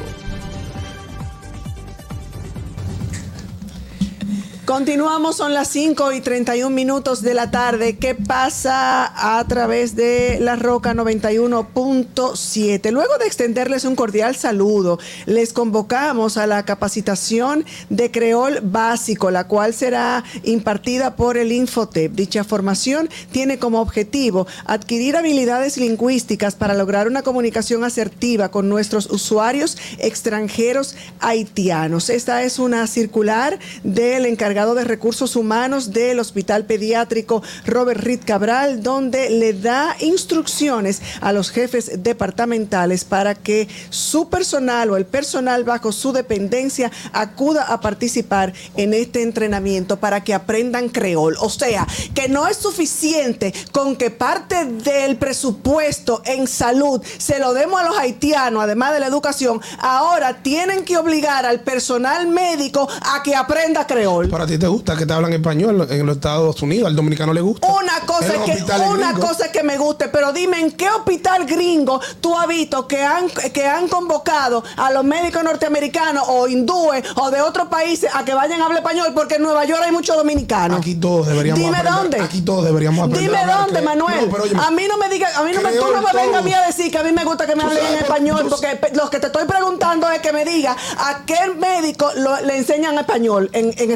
Continuamos, son las cinco y treinta y un minutos de la tarde. ¿Qué pasa a través de La Roca noventa y uno punto siete? Luego de extenderles un cordial saludo, les convocamos a la capacitación de creol básico, la cual será impartida por el Infotep. Dicha formación tiene como objetivo adquirir habilidades lingüísticas para lograr una comunicación asertiva con nuestros usuarios extranjeros haitianos. Esta es una circular del encargado de Recursos Humanos del Hospital Pediátrico Robert Reed Cabral, donde le da instrucciones a los jefes departamentales para que su personal o el personal bajo su dependencia acuda a participar en este entrenamiento para que aprendan creol. O sea, que no es suficiente con que parte del presupuesto en salud se lo demos a los haitianos, además de la educación. Ahora tienen que obligar al personal médico a que aprenda creol. ¿Para ti te gusta que te hablan español en los Estados Unidos? ¿Al dominicano le gusta? Una cosa es que una cosa es que me guste, pero dime en qué hospital gringo tú has visto que han que han convocado a los médicos norteamericanos o hindúes o de otros países a que vayan a hablar español, porque en Nueva York hay muchos dominicanos. Aquí todos deberíamos dime aprender. dónde. Aquí todos deberíamos aprender. Dime dónde, que... Manuel. No, óyeme, a mí no me digas, a mí no me, tú no me vengas a mí a decir que a mí me gusta que me hablen en español, porque lo que te estoy preguntando es que me diga a qué médico lo, le enseñan español en, en Estados Unidos.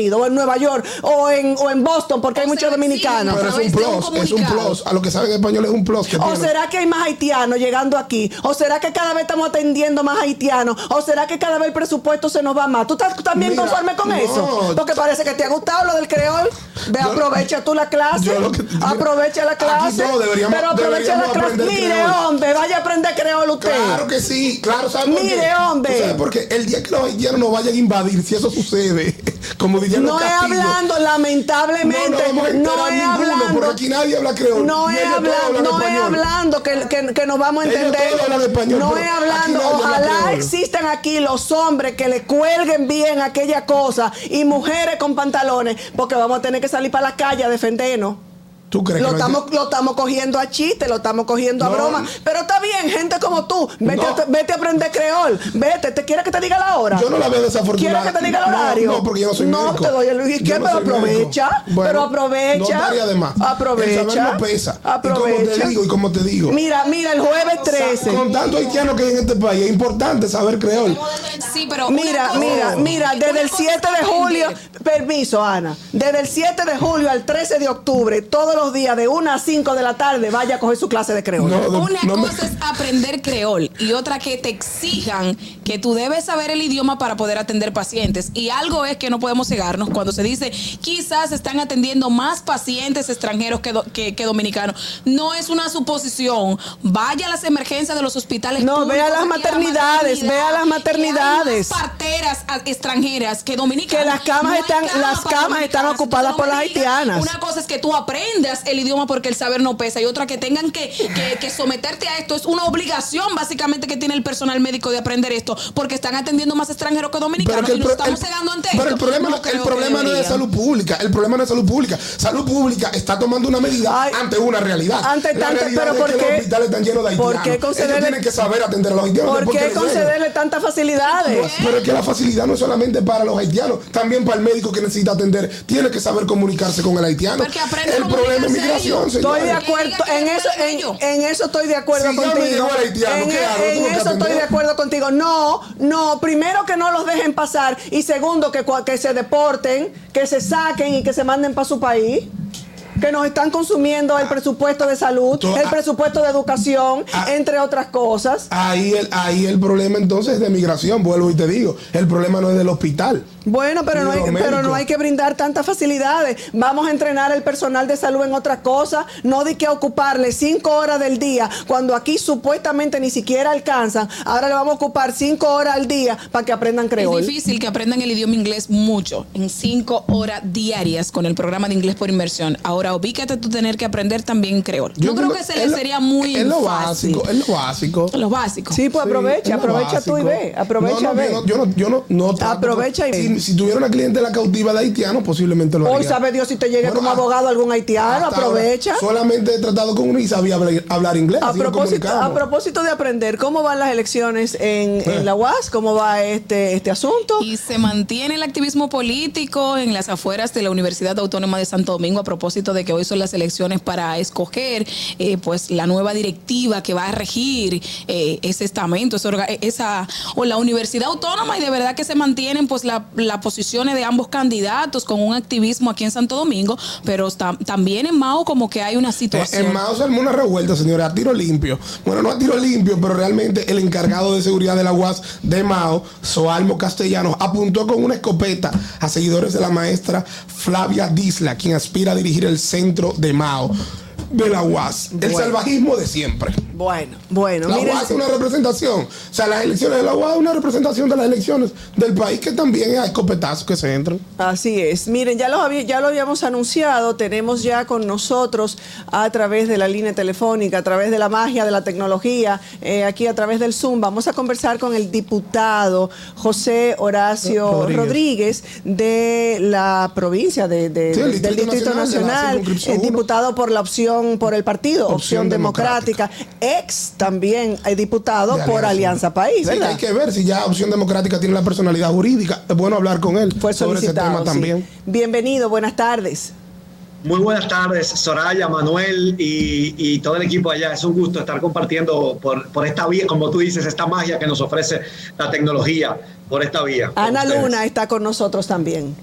Unidos, o en Nueva York, o en, o en Boston, porque hay muchos dominicanos. Pero es un plus, es un plus. A lo que saben español es un plus. Que ¿O tiene. será que hay más haitianos llegando aquí? ¿O será que cada vez estamos atendiendo más haitianos? ¿O será que cada vez el presupuesto se nos va más? ¿Tú estás también Mira, conforme con no. eso? Porque parece que te ha gustado lo del creol. Ve, yo, aprovecha tú la clase. Que, aprovecha la clase. Pero aprovecha la clase. Mire, creol. hombre, vaya a aprender creol usted. Claro que sí, claro, ¿sabes por Mire, qué? hombre. ¿Sabes por qué? El día que los haitianos nos vayan a invadir, si eso sucede, como dirían no los es castillos, hablando, lamentablemente, no, no, no es ninguno, hablando. Porque aquí nadie habla creol. No es hablando, no es hablando que, que, que nos vamos a entender. Español, no es hablando, ojalá existan aquí los hombres que le cuelguen bien aquella cosa y mujeres con pantalones, porque vamos a tener que salir para la calle a defendernos. ¿Tú crees lo, que estamos, lo estamos cogiendo a chiste, lo estamos cogiendo no. a broma. Pero está bien, gente como tú. Vete, no. a, vete a aprender creol. Vete, ¿te quieres que te diga la hora? Yo no la veo desafortunada. ¿Quieres que te diga el horario? No, no porque yo no soy no, médico. No, te doy el Luis Izquierdo, pero aprovecha. Bueno, pero aprovecha. No daría de más. Aprovecha. El saber no pesa. Aprovecha. Y como te digo, y como te digo. Mira, mira, el jueves trece. Con tanto haitiano que hay en este país, es importante saber creol. Sí, pero mira, cosa, mira, mira, desde el siete de julio, permiso, Ana, desde el siete de julio al trece de octubre, todos los días de una a cinco de la tarde, vaya a coger su clase de creol. No, no, una no cosa me... es aprender creol y otra que te exijan que tú debes saber el idioma para poder atender pacientes. Y algo es que no podemos cegarnos cuando se dice quizás están atendiendo más pacientes extranjeros que, do, que, que dominicanos. No es una suposición. Vaya a las emergencias de los hospitales no, públicos. Vea las maternidades, maternidad, vea las maternidades. Hay más parteras extranjeras que dominicanas. Que las camas no están, cama las camas están ocupadas no por las haitianas. Una cosa es que tú aprendas el idioma porque el saber no pesa y otra que tengan que, que, que someterte a esto. Es una obligación básicamente que tiene el personal médico de aprender esto porque están atendiendo más extranjeros que dominicanos que y nos pro, estamos el, cegando ante pero esto. el problema, no, el problema no es de salud pública, el problema no es salud pública. Salud pública está tomando una medida Ay, ante una realidad. Ante la tanta, realidad pero es ¿por que qué? Los hospitales están llenos de haitianos. ¿Por qué concederle, ellos tienen que saber atender a los haitianos. ¿Por qué concederle tantas facilidades? No, pero es que la facilidad no es solamente para los haitianos, también para el médico que necesita atender, tiene que saber comunicarse con el haitiano. Porque aprende el problema es migración, Estoy de acuerdo en eso, en, en eso estoy de acuerdo si contigo. Haitiano, en en eso estoy de acuerdo contigo. No, no, primero que no los dejen pasar y segundo que, que se deporten, que se saquen y que se manden para su país. Que nos están consumiendo el presupuesto de salud, el presupuesto de educación, entre otras cosas. Ahí el, ahí el problema entonces es de migración, vuelvo y te digo. El problema no es del hospital. Bueno, pero no, hay, pero no hay que brindar tantas facilidades. Vamos a entrenar al personal de salud en otras cosas, no de que ocuparle cinco horas del día, cuando aquí supuestamente ni siquiera alcanzan. Ahora le vamos a ocupar cinco horas al día para que aprendan creol. Es difícil que aprendan el idioma inglés mucho, en cinco horas diarias con el programa de inglés por inmersión. Ahora, ubícate tú tener que aprender también creol. Yo, Yo creo que se le sería muy es lo fácil. Básico, es lo básico. Lo básico. Sí, pues aprovecha, sí, aprovecha tú y ve. Aprovecha no, no, ve. Yo no, yo no, no, no aprovecha y ve. Si, si tuviera una clientela cautiva de haitianos, posiblemente lo haría. Hoy sabe Dios si te llega bueno, como abogado algún haitiano, aprovecha. Solamente he tratado con uno y sabía hablar, hablar inglés. A propósito, a propósito de aprender, ¿cómo van las elecciones en, eh. en la U A S? ¿Cómo va este, este asunto? Y se mantiene el activismo político en las afueras de la Universidad Autónoma de Santo Domingo a propósito de que hoy son las elecciones para escoger eh, pues la nueva directiva que va a regir eh, ese estamento, esa, esa o la Universidad Autónoma, y de verdad que se mantienen pues la, la posiciones de ambos candidatos con un activismo aquí en Santo Domingo, pero tam, también en Mao como que hay una situación. En, en Mao se armó una revuelta, señora, a tiro limpio. Bueno, no a tiro limpio, pero realmente el encargado de seguridad de la U A S de Mao, Soalmo Castellanos, apuntó con una escopeta a seguidores de la maestra Flavia Disla, quien aspira a dirigir el centro de Mao. De la U A S, el bueno. salvajismo de siempre. Bueno, bueno. La U A S es una representación. O sea, las elecciones de la U A S es una representación de las elecciones del país, que también hay escopetazos que se entran. Así es. Miren, ya lo, había, ya lo habíamos anunciado. Tenemos ya con nosotros a través de la línea telefónica, a través de la magia de la tecnología, eh, aquí a través del Zoom, vamos a conversar con el diputado José Horacio Rodríguez, Rodríguez de la provincia de, de, sí, del Distrito, Distrito Nacional, Nacional eh, diputado por la opción por el partido, Opción, Opción Democrática, democrática, ex también eh, diputado Alianza, por Alianza País, ¿verdad? Sí, hay que ver si ya Opción Democrática tiene la personalidad jurídica. Es bueno hablar con él Fue sobre ese tema sí. también. Bienvenido, buenas tardes. Muy buenas tardes, Soraya, Manuel y, y todo el equipo allá. Es un gusto estar compartiendo por, por esta vía, como tú dices, esta magia que nos ofrece la tecnología por esta vía. Ana Luna está con nosotros también.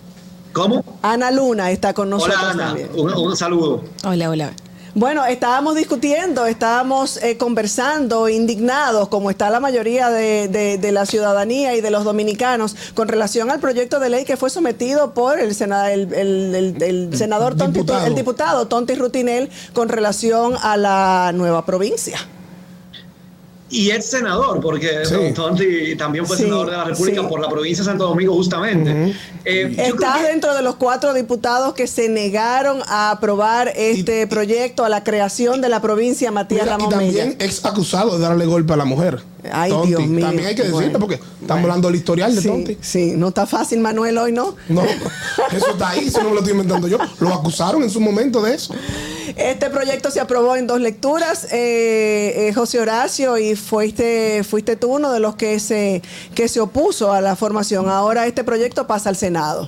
¿Cómo? Ana Luna está con nosotros. Hola, Ana. También. Un, un saludo. Hola, hola. Bueno, estábamos discutiendo, estábamos eh, conversando, indignados, como está la mayoría de, de, de la ciudadanía y de los dominicanos, con relación al proyecto de ley que fue sometido por el, sena, el, el, el, el senador Tonti, diputado. el diputado Tonti Rutinel, con relación a la nueva provincia. Y es senador, porque sí. Tonti también fue sí, senador de la República sí. por la provincia de Santo Domingo, justamente. Uh-huh. eh, Estás que... dentro de los cuatro diputados que se negaron a aprobar este y, proyecto a la creación de la provincia Matías mira, Ramón Y también Mella. ex acusado de darle golpe a la mujer. Ay, Tonti. Dios mío. También hay que decirlo, bueno, porque estamos bueno. hablando del historial de sí, Tonti. Sí, no está fácil, Manuel, hoy, ¿no? No, eso está ahí, eso no me lo estoy inventando yo. Lo acusaron en su momento de eso. Este proyecto se aprobó en dos lecturas, eh, eh, José Horacio, y fuiste, fuiste tú uno de los que se, que se opuso a la formación. Ahora este proyecto pasa al Senado.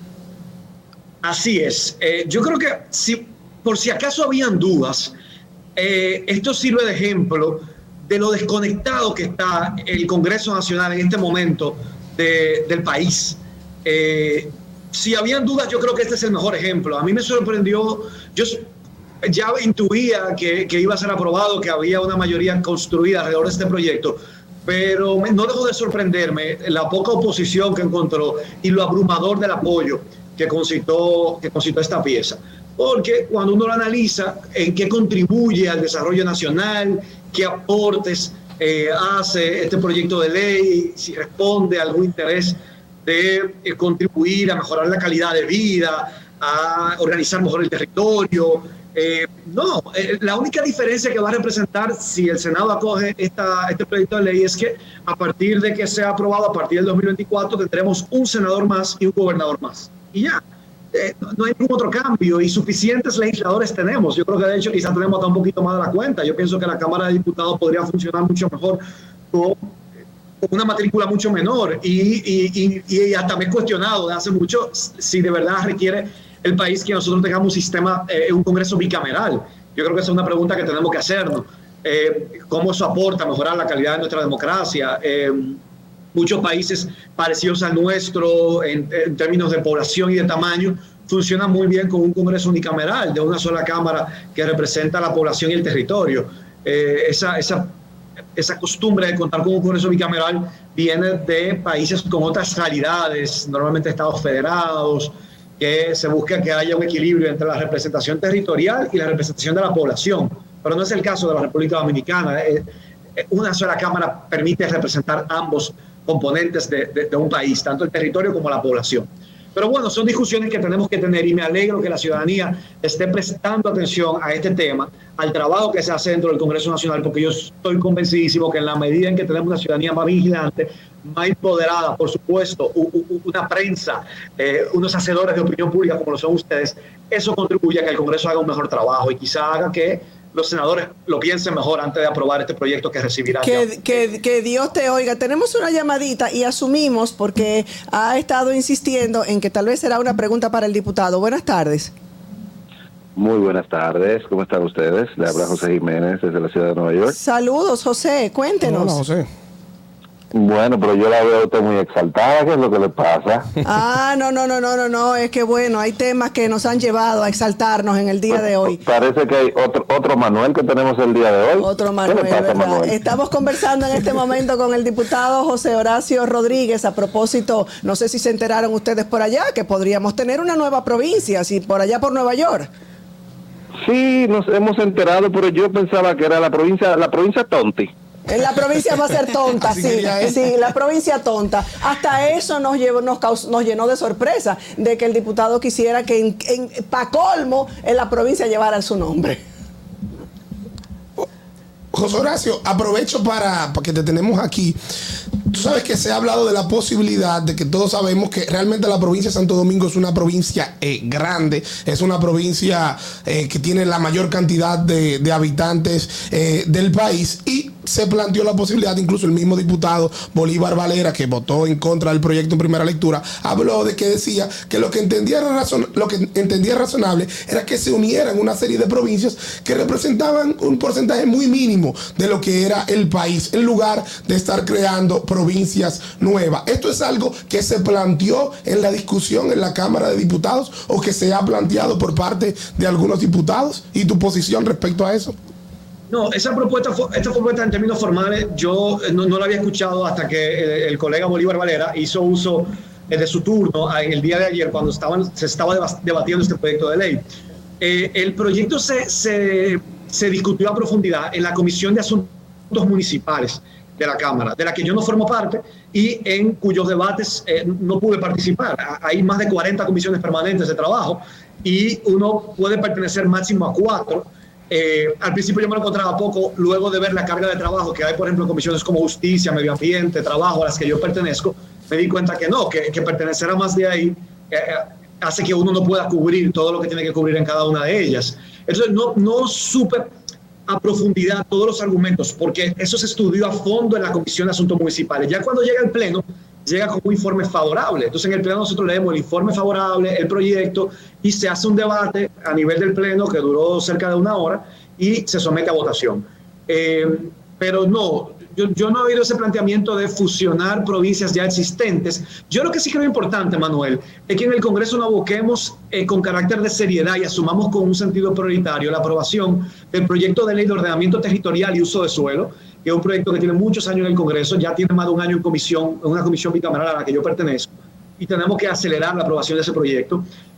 Así es. Eh, yo creo que si por si acaso habían dudas, eh, esto sirve de ejemplo de lo desconectado que está el Congreso Nacional en este momento de, del país. Eh, si habían dudas, yo creo que este es el mejor ejemplo. A mí me sorprendió, yo ya intuía que, que iba a ser aprobado, que había una mayoría construida alrededor de este proyecto, pero me, no dejó de sorprenderme la poca oposición que encontró y lo abrumador del apoyo que concitó, que concitó esta pieza. Porque cuando uno lo analiza, en qué contribuye al desarrollo nacional, qué aportes eh, hace este proyecto de ley, si responde a algún interés de eh, contribuir a mejorar la calidad de vida, a organizar mejor el territorio. Eh, no, eh, la única diferencia que va a representar si el Senado acoge esta, este proyecto de ley es que a partir de que sea aprobado, a partir del dos mil veinticuatro, tendremos un senador más y un gobernador más. Y ya. Eh, no, no hay ningún otro cambio y suficientes legisladores tenemos. Yo creo que de hecho quizás tenemos hasta un poquito más de la cuenta. Yo pienso que la Cámara de Diputados podría funcionar mucho mejor con, con una matrícula mucho menor y, y, y, y hasta me he cuestionado de hace mucho si de verdad requiere el país que nosotros tengamos un sistema, eh, un Congreso bicameral. Yo creo que esa es una pregunta que tenemos que hacernos. Eh, ¿Cómo eso aporta a mejorar la calidad de nuestra democracia? Eh, Muchos países parecidos al nuestro, en, en términos de población y de tamaño, funcionan muy bien con un Congreso unicameral, de una sola Cámara que representa la población y el territorio. Eh, esa, esa, esa costumbre de contar con un Congreso bicameral viene de países con otras realidades, normalmente estados federados, que se busca que haya un equilibrio entre la representación territorial y la representación de la población. Pero no es el caso de la República Dominicana. Eh, una sola Cámara permite representar ambos componentes de, de, de un país, tanto el territorio como la población. Pero bueno, son discusiones que tenemos que tener y me alegro que la ciudadanía esté prestando atención a este tema, al trabajo que se hace dentro del Congreso Nacional, porque yo estoy convencidísimo que en la medida en que tenemos una ciudadanía más vigilante, más empoderada, por supuesto, u, u, una prensa, eh, unos hacedores de opinión pública como lo son ustedes, eso contribuye a que el Congreso haga un mejor trabajo y quizá haga que los senadores lo piensen mejor antes de aprobar este proyecto que recibirá. Que, que, que Dios te oiga. Tenemos una llamadita y asumimos, porque ha estado insistiendo en que tal vez será una pregunta para el diputado. Buenas tardes. Muy buenas tardes. ¿Cómo están ustedes? Le habla José Jiménez desde la ciudad de Nueva York. Saludos, José. Cuéntenos. Hola, José. Bueno, pero yo la veo a usted muy exaltada. ¿Qué es lo que le pasa? Ah, no, no, no, no, no, no. Es que bueno, hay temas que nos han llevado a exaltarnos en el día de hoy. Parece que hay otro otro Manuel que tenemos el día de hoy. Otro Manuel, ¿Qué le pasa, ¿verdad? Manuel? Estamos conversando en este momento con el diputado José Horacio Rodríguez a propósito, no sé si se enteraron ustedes por allá, que podríamos tener una nueva provincia, así por allá por Nueva York. Sí, nos hemos enterado, pero yo pensaba que era la provincia, la provincia Tonti. En la provincia va a ser tonta, sí, sí, la provincia tonta. Hasta eso nos llevó, nos, causó, nos llenó de sorpresa de que el diputado quisiera que en, en pa' colmo en la provincia llevara su nombre. José Horacio, aprovecho para, para que te tenemos aquí. Tú sabes que se ha hablado de la posibilidad de que todos sabemos que realmente la provincia de Santo Domingo es una provincia eh, grande, es una provincia eh, que tiene la mayor cantidad de, de habitantes eh, del país y se planteó la posibilidad, incluso el mismo diputado Bolívar Valera, que votó en contra del proyecto en primera lectura, habló de que decía que lo que entendía, era razon, lo que entendía razonable era que se unieran una serie de provincias que representaban un porcentaje muy mínimo de lo que era el país, en lugar de estar creando provincias nuevas. ¿Esto es algo que se planteó en la discusión en la Cámara de Diputados o que se ha planteado por parte de algunos diputados? ¿Y tu posición respecto a eso? No, esa propuesta, esta propuesta en términos formales, yo no, no la había escuchado hasta que el, el colega Bolívar Valera hizo uso de su turno en el día de ayer cuando estaban, se estaba debatiendo este proyecto de ley. Eh, el proyecto se, se, se discutió a profundidad en la Comisión de Asuntos Municipales de la Cámara, de la que yo no formo parte y en cuyos debates eh, no pude participar. Hay más de cuarenta comisiones permanentes de trabajo y uno puede pertenecer máximo a cuatro. Eh, al principio yo me lo encontraba poco, luego de ver la carga de trabajo que hay, por ejemplo, en comisiones como Justicia, Medio Ambiente, Trabajo, a las que yo pertenezco, me di cuenta que no, que, que pertenecer a más de ahí eh, hace que uno no pueda cubrir todo lo que tiene que cubrir en cada una de ellas. Entonces no, no supe a profundidad todos los argumentos, porque eso se estudió a fondo en la Comisión de Asuntos Municipales. Ya cuando llega el Pleno, llega con un informe favorable. Entonces en el Pleno nosotros leemos el informe favorable, el proyecto, y se hace un debate a nivel del Pleno que duró cerca de una hora y se somete a votación. Eh, pero no, yo, yo no he oído ese planteamiento de fusionar provincias ya existentes. Yo lo que sí creo importante, Manuel, es que en el Congreso nos aboquemos eh, con carácter de seriedad y asumamos con un sentido prioritario la aprobación del proyecto de ley de ordenamiento territorial y uso de suelo, que es un proyecto que tiene muchos años en el Congreso, ya tiene más de un año en comisión, en una comisión bicameral a la que yo pertenezco, y tenemos que acelerar la aprobación de ese proyecto.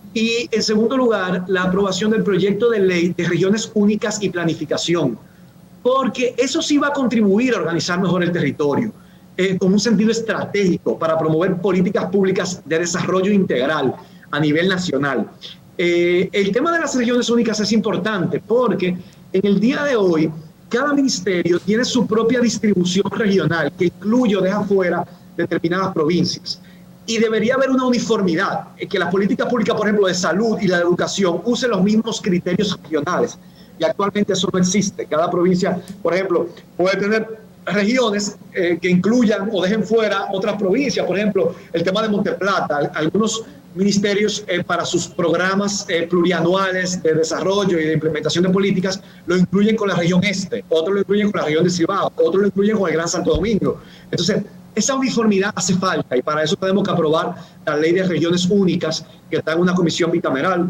Y en segundo lugar, la aprobación del proyecto de ley de regiones únicas y planificación, porque eso sí va a contribuir a organizar mejor el territorio, eh, con un sentido estratégico para promover políticas públicas de desarrollo integral a nivel nacional. Eh, el tema de las regiones únicas es importante porque en el día de hoy, cada ministerio tiene su propia distribución regional que incluye o deja fuera determinadas provincias. Y debería haber una uniformidad, que las políticas públicas, por ejemplo, de salud y la de educación, usen los mismos criterios regionales. Y actualmente eso no existe. Cada provincia, por ejemplo, puede tener regiones eh, que incluyan o dejen fuera otras provincias. Por ejemplo, el tema de Monteplata. Algunos ministerios eh, para sus programas eh, plurianuales de desarrollo y de implementación de políticas lo incluyen con la región este, otros lo incluyen con la región de Cibao, otros lo incluyen con el Gran Santo Domingo. Entonces, esa uniformidad hace falta y para eso tenemos que aprobar la ley de regiones únicas que está en una comisión bicameral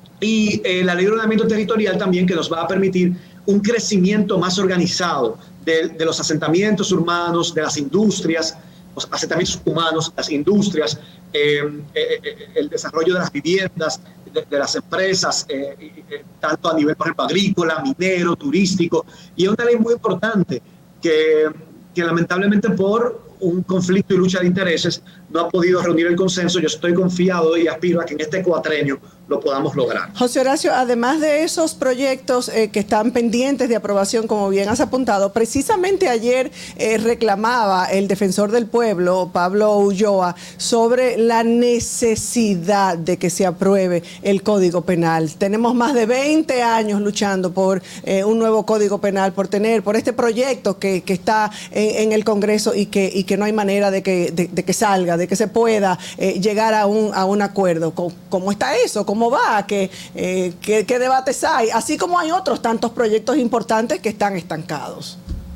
y eh, la ley de ordenamiento territorial también, que nos va a permitir un crecimiento más organizado de, de los asentamientos urbanos, de las industrias, los asentamientos humanos, las industrias, eh, eh, el desarrollo de las viviendas, de, de las empresas, eh, eh, tanto a nivel, por ejemplo, agrícola, minero, turístico. Y es una ley muy importante que, que lamentablemente por un conflicto y lucha de intereses no ha podido reunir el consenso. Yo estoy confiado y aspiro a que en este cuatrenio lo podamos lograr. José Horacio, además de esos proyectos eh, que están pendientes de aprobación, como bien has apuntado, precisamente ayer eh, reclamaba el defensor del pueblo, Pablo Ulloa, sobre la necesidad de que se apruebe el Código Penal. Tenemos más de veinte años luchando por eh, un nuevo Código Penal, por tener, por este proyecto que, que está en, en el Congreso y que, y que no hay manera de que, de, de que salga, de que se pueda eh, llegar a un, a un acuerdo. ¿Cómo, cómo está eso? ¿Cómo ¿Cómo va? ¿Qué, eh, qué, qué debates hay? Así como hay otros tantos proyectos importantes que están estancados.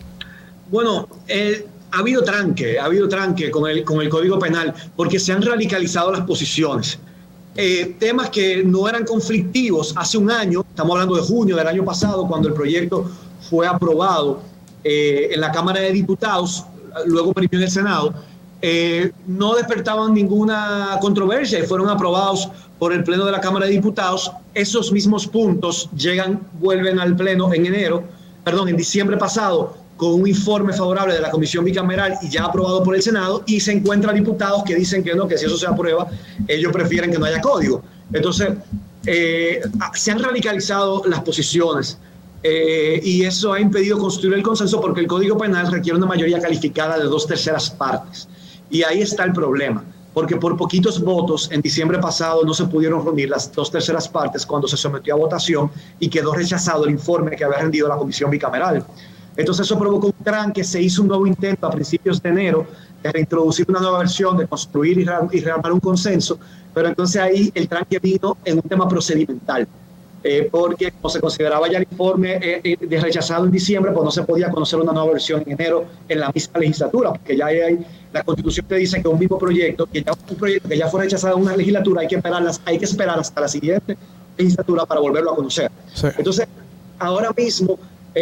Bueno, eh, ha habido tranque, ha habido tranque con el, con el Código Penal porque se han radicalizado las posiciones. Eh, temas que no eran conflictivos hace un año, estamos hablando de junio del año pasado, cuando el proyecto fue aprobado eh, en la Cámara de Diputados, luego perdió en el Senado, eh, no despertaban ninguna controversia y fueron aprobados por el Pleno de la Cámara de Diputados. Esos mismos puntos llegan, vuelven al Pleno en enero, perdón, en diciembre pasado, con un informe favorable de la Comisión Bicameral y ya aprobado por el Senado, y se encuentran diputados que dicen que no, que si eso se aprueba, ellos prefieren que no haya código. Entonces, eh, se han radicalizado las posiciones eh, y eso ha impedido construir el consenso porque el Código Penal requiere una mayoría calificada de dos terceras partes. Y ahí está el problema, porque por poquitos votos en diciembre pasado no se pudieron reunir las dos terceras partes cuando se sometió a votación y quedó rechazado el informe que había rendido la Comisión Bicameral. Entonces eso provocó un tranque, se hizo un nuevo intento a principios de enero de reintroducir una nueva versión, de construir y, re y rearmar un consenso, pero entonces ahí el tranque vino en un tema procedimental, eh, porque como se consideraba ya el informe eh, de rechazado en diciembre, pues no se podía conocer una nueva versión en enero en la misma legislatura, porque ya hay, la Constitución te dice que un mismo proyecto, que ya un proyecto que ya fue rechazado en una legislatura, hay que esperar, las, hay que esperar hasta la siguiente legislatura para volverlo a conocer. Sí. Entonces, ahora mismo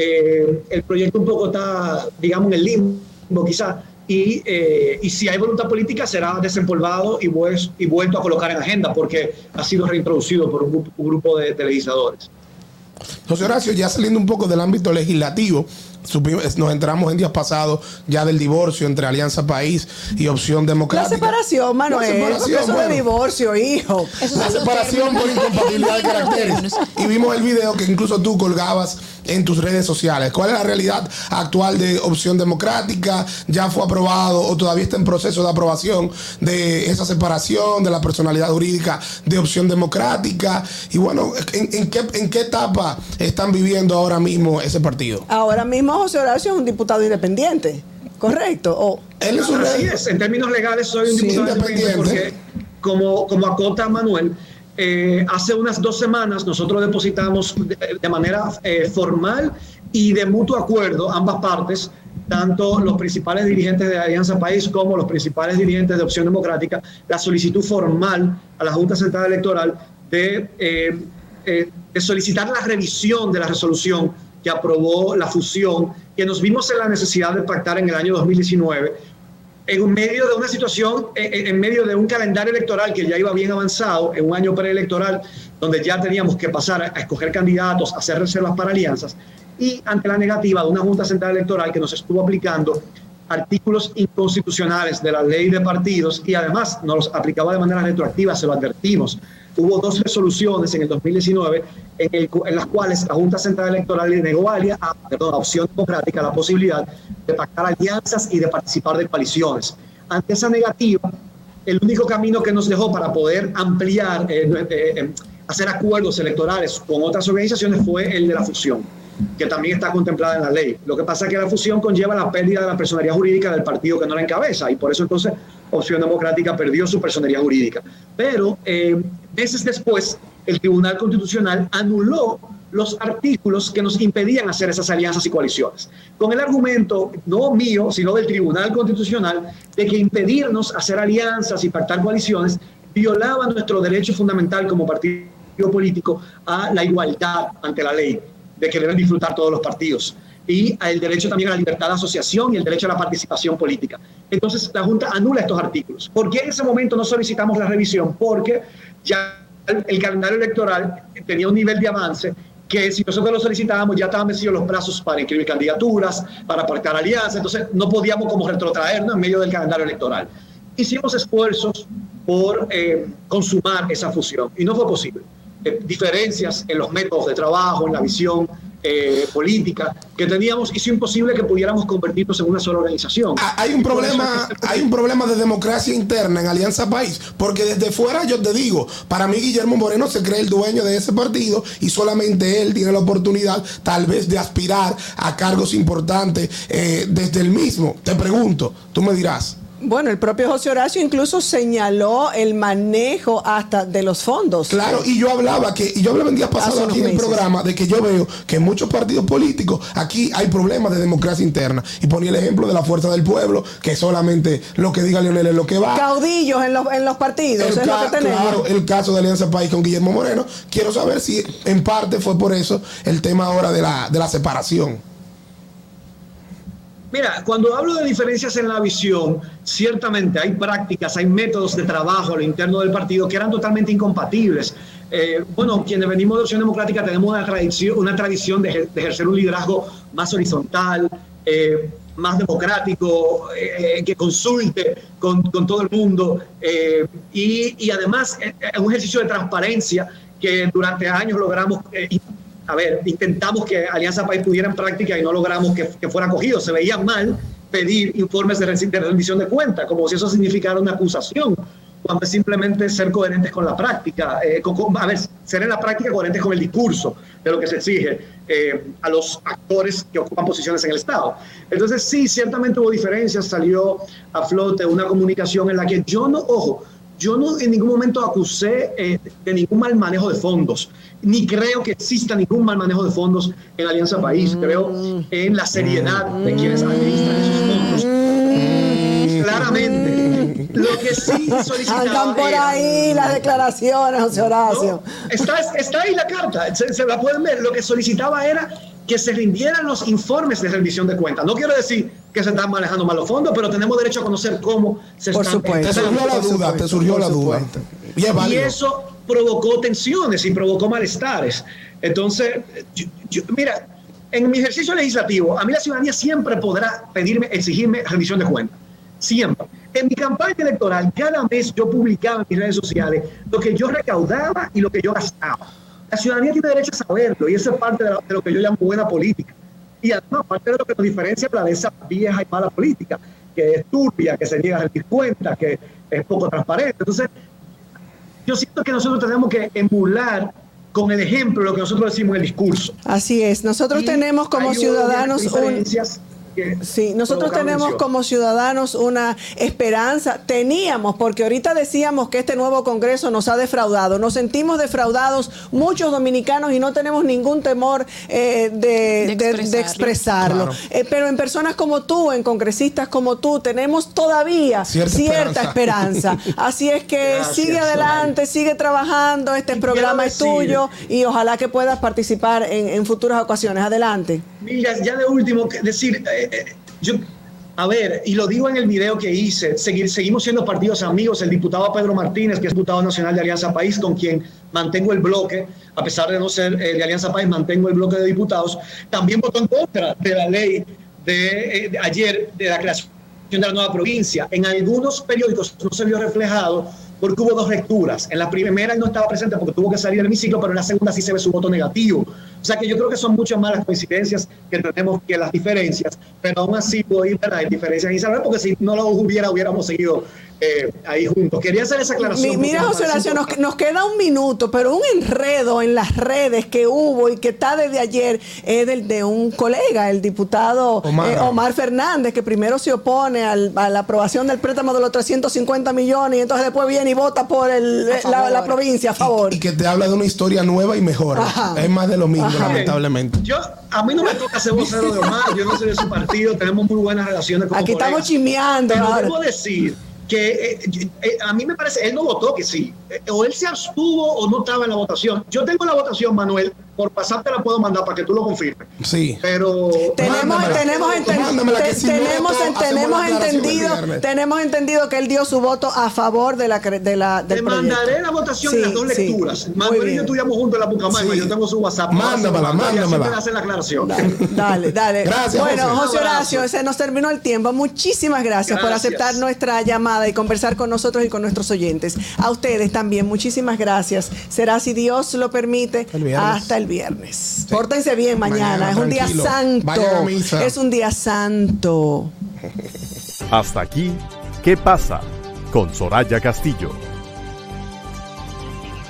eh, el proyecto un poco está, digamos, en el limbo quizás, y, eh, y si hay voluntad política será desempolvado y, pues, y vuelto a colocar en agenda porque ha sido reintroducido por un, un grupo de, de legisladores. José Horacio, ya saliendo un poco del ámbito legislativo, nos entramos en días pasados ya del divorcio entre Alianza País y Opción Democrática. La separación, Manuel. La separación, eso bueno. de divorcio, hijo. Eso la separación por incompatibilidad de caracteres. Y vimos el video que incluso tú colgabas en tus redes sociales. ¿Cuál es la realidad actual de Opción Democrática? ¿Ya fue aprobado o todavía está en proceso de aprobación de esa separación de la personalidad jurídica de Opción Democrática? Y bueno, ¿en, en, qué, en qué etapa están viviendo ahora mismo ese partido? Ahora mismo José Horacio es un diputado independiente, ¿correcto? ¿O? Él es un Así es, en términos legales soy un sí, diputado independiente porque, como, como acota Manuel, Eh, hace unas dos semanas nosotros depositamos de, de manera eh, formal y de mutuo acuerdo ambas partes, tanto los principales dirigentes de Alianza País como los principales dirigentes de Opción Democrática, la solicitud formal a la Junta Central Electoral de, eh, eh, de solicitar la revisión de la resolución que aprobó la fusión, que nos vimos en la necesidad de pactar en el año dos mil diecinueve, en medio de una situación, en medio de un calendario electoral que ya iba bien avanzado, en un año preelectoral, donde ya teníamos que pasar a escoger candidatos, a hacer reservas para alianzas, y ante la negativa de una Junta Central Electoral que nos estuvo aplicando artículos inconstitucionales de la ley de partidos y además nos los aplicaba de manera retroactiva, se lo advertimos. Hubo dos resoluciones en el dos mil diecinueve en, el, en las cuales la Junta Central Electoral le negó a, a, perdón, a Opción Democrática la posibilidad de pactar alianzas y de participar de coaliciones. Ante esa negativa, el único camino que nos dejó para poder ampliar, eh, eh, eh, hacer acuerdos electorales con otras organizaciones fue el de la fusión, que también está contemplada en la ley. Lo que pasa es que la fusión conlleva la pérdida de la personería jurídica del partido que no la encabeza y por eso entonces Opción Democrática perdió su personería jurídica. Pero eh, meses después el Tribunal Constitucional anuló los artículos que nos impedían hacer esas alianzas y coaliciones, con el argumento, no mío, sino del Tribunal Constitucional, de que impedirnos hacer alianzas y pactar coaliciones violaba nuestro derecho fundamental como partido político a la igualdad ante la ley, de que deben disfrutar todos los partidos, y el derecho también a la libertad de asociación y el derecho a la participación política. Entonces la Junta anula estos artículos. ¿Por qué en ese momento no solicitamos la revisión? Porque ya el, el calendario electoral tenía un nivel de avance que si nosotros lo solicitábamos ya estaban vencidos los plazos para inscribir candidaturas, para pactar alianzas, entonces no podíamos como retrotraernos en medio del calendario electoral. Hicimos esfuerzos por eh, consumar esa fusión y no fue posible. Eh, diferencias en los métodos de trabajo, en la visión eh, política que teníamos, hizo imposible que pudiéramos convertirnos en una sola organización. Hay un problema, hay un problema de democracia interna en Alianza País, porque desde fuera yo te digo, para mí Guillermo Moreno se cree el dueño de ese partido y solamente él tiene la oportunidad tal vez de aspirar a cargos importantes eh, desde el mismo. Te pregunto, tú me dirás. Bueno, el propio José Horacio incluso señaló el manejo hasta de los fondos. Claro, y yo hablaba que, y yo hablaba en días pasados aquí en el programa de que yo veo que en muchos partidos políticos aquí hay problemas de democracia interna. Y ponía el ejemplo de la Fuerza del Pueblo, que solamente lo que diga Leonel es lo que va. Caudillos en los, en los partidos, el eso es lo que tenemos. Claro, el caso de Alianza País con Guillermo Moreno. Quiero saber si en parte fue por eso el tema ahora de la, de la separación. Mira, cuando hablo de diferencias en la visión, ciertamente hay prácticas, hay métodos de trabajo a lo interno del partido que eran totalmente incompatibles. Eh, bueno, quienes venimos de Opción Democrática tenemos una tradición, una tradición de, de ejercer un liderazgo más horizontal, eh, más democrático, eh, que consulte con, con todo el mundo eh, y, y además eh, un ejercicio de transparencia que durante años logramos eh, A ver, intentamos que Alianza País pudiera en práctica y no logramos que, que fuera acogido. Se veía mal pedir informes de rendición de cuentas, como si eso significara una acusación, cuando es simplemente ser coherentes con la práctica, eh, con, con, a ver, ser en la práctica coherentes con el discurso de lo que se exige eh, a los actores que ocupan posiciones en el Estado. Entonces sí, ciertamente hubo diferencias, salió a flote una comunicación en la que yo no, ojo, yo no en ningún momento acusé eh, de ningún mal manejo de fondos, ni creo que exista ningún mal manejo de fondos en Alianza País. Creo en la seriedad de quienes administran esos fondos. Claramente, lo que sí solicitaba andan por ahí era, las declaraciones, José Horacio. No, está, está ahí la carta, se, se la pueden ver. Lo que solicitaba era que se rindieran los informes de rendición de cuentas. No quiero decir que se están manejando mal los fondos, pero tenemos derecho a conocer cómo se por están... Supuesto. Te surgió la duda, te surgió la duda. Y, y eso provocó tensiones y provocó malestares. Entonces, yo, yo, mira, en mi ejercicio legislativo, a mí la ciudadanía siempre podrá pedirme, exigirme rendición de cuentas. Siempre. En mi campaña electoral, cada mes yo publicaba en mis redes sociales lo que yo recaudaba y lo que yo gastaba. La ciudadanía tiene derecho a saberlo y eso es parte de, la, de lo que yo llamo buena política. Y además, parte de lo que nos diferencia la de esa vieja y mala política, que es turbia, que se niega a rendir cuentas, que es poco transparente. Entonces, yo siento que nosotros tenemos que emular con el ejemplo lo que nosotros decimos en el discurso. Así es. Nosotros y tenemos como ciudadanos un... Sí, nosotros tenemos como ciudadanos una esperanza, teníamos, porque ahorita decíamos que este nuevo Congreso nos ha defraudado, nos sentimos defraudados muchos dominicanos y no tenemos ningún temor eh, de, de, de, de expresarlo. Claro. Eh, pero en personas como tú, en congresistas como tú, tenemos todavía cierta, cierta esperanza. esperanza. Así es que Gracias, sigue adelante, Soraya. Sigue trabajando, este programa es tuyo y ojalá que puedas participar en, en futuras ocasiones. Adelante. Mira, ya de último, decir... Eh, Yo, a ver, y lo digo en el video que hice, seguir, seguimos siendo partidos amigos. El diputado Pedro Martínez, que es diputado nacional de Alianza País, con quien mantengo el bloque, a pesar de no ser eh, de Alianza País, mantengo el bloque de diputados, también votó en contra de la ley de, eh, de ayer de la creación de la nueva provincia. En algunos periódicos no se vio reflejado porque hubo dos lecturas. En la primera él no estaba presente porque tuvo que salir del hemiciclo, pero en la segunda sí se ve su voto negativo. O sea que yo creo que son muchas más las coincidencias que tenemos que las diferencias, pero aún así puedo ir a las diferencias y saber, porque si no lo hubiera, hubiéramos seguido eh, ahí juntos. Quería hacer esa aclaración. Mira, José Horacio, nos, nos queda un minuto, pero un enredo en las redes que hubo y que está desde ayer es del de un colega, el diputado Omar, eh, Omar Fernández, que primero se opone al, a la aprobación del préstamo de los trescientos cincuenta millones y entonces después viene y vota por el, la, la provincia a favor. Y, y que te habla de una historia nueva y mejor. Ajá. Es más de lo mismo. Ajá. Lamentablemente. Yo, a mí no me toca ser vocero de Omar, yo no soy de su partido, tenemos muy buenas relaciones como Aquí colegas, estamos chismeando. Pero debo decir que eh, eh, a mí me parece, él no votó que sí, eh, o él se abstuvo o no estaba en la votación. Yo tengo la votación, Manuel, por pasar te la puedo mandar para que tú lo confirmes. Sí. Pero tenemos tenemos enten te si tenemos no, tenemos entendido tenemos entendido que él dio su voto a favor de la de la del Te mandaré proyecto. La votación sí, en las dos sí. lecturas. Manuel y yo estudiamos juntos en la Pucamayma, sí. Yo tengo su WhatsApp. Mándamela, mándamela. Y hacer la aclaración. Dale, dale. dale. Gracias, bueno, José, José Horacio, se nos terminó el tiempo. Muchísimas gracias, gracias por aceptar nuestra llamada y conversar con nosotros y con nuestros oyentes. A ustedes también, muchísimas gracias. Será, si Dios lo permite, el hasta el viernes. Sí. Pórtense bien mañana, mañana es un día santo. Es un día santo. Hasta aquí, ¿qué pasa? Con Soraya Castillo.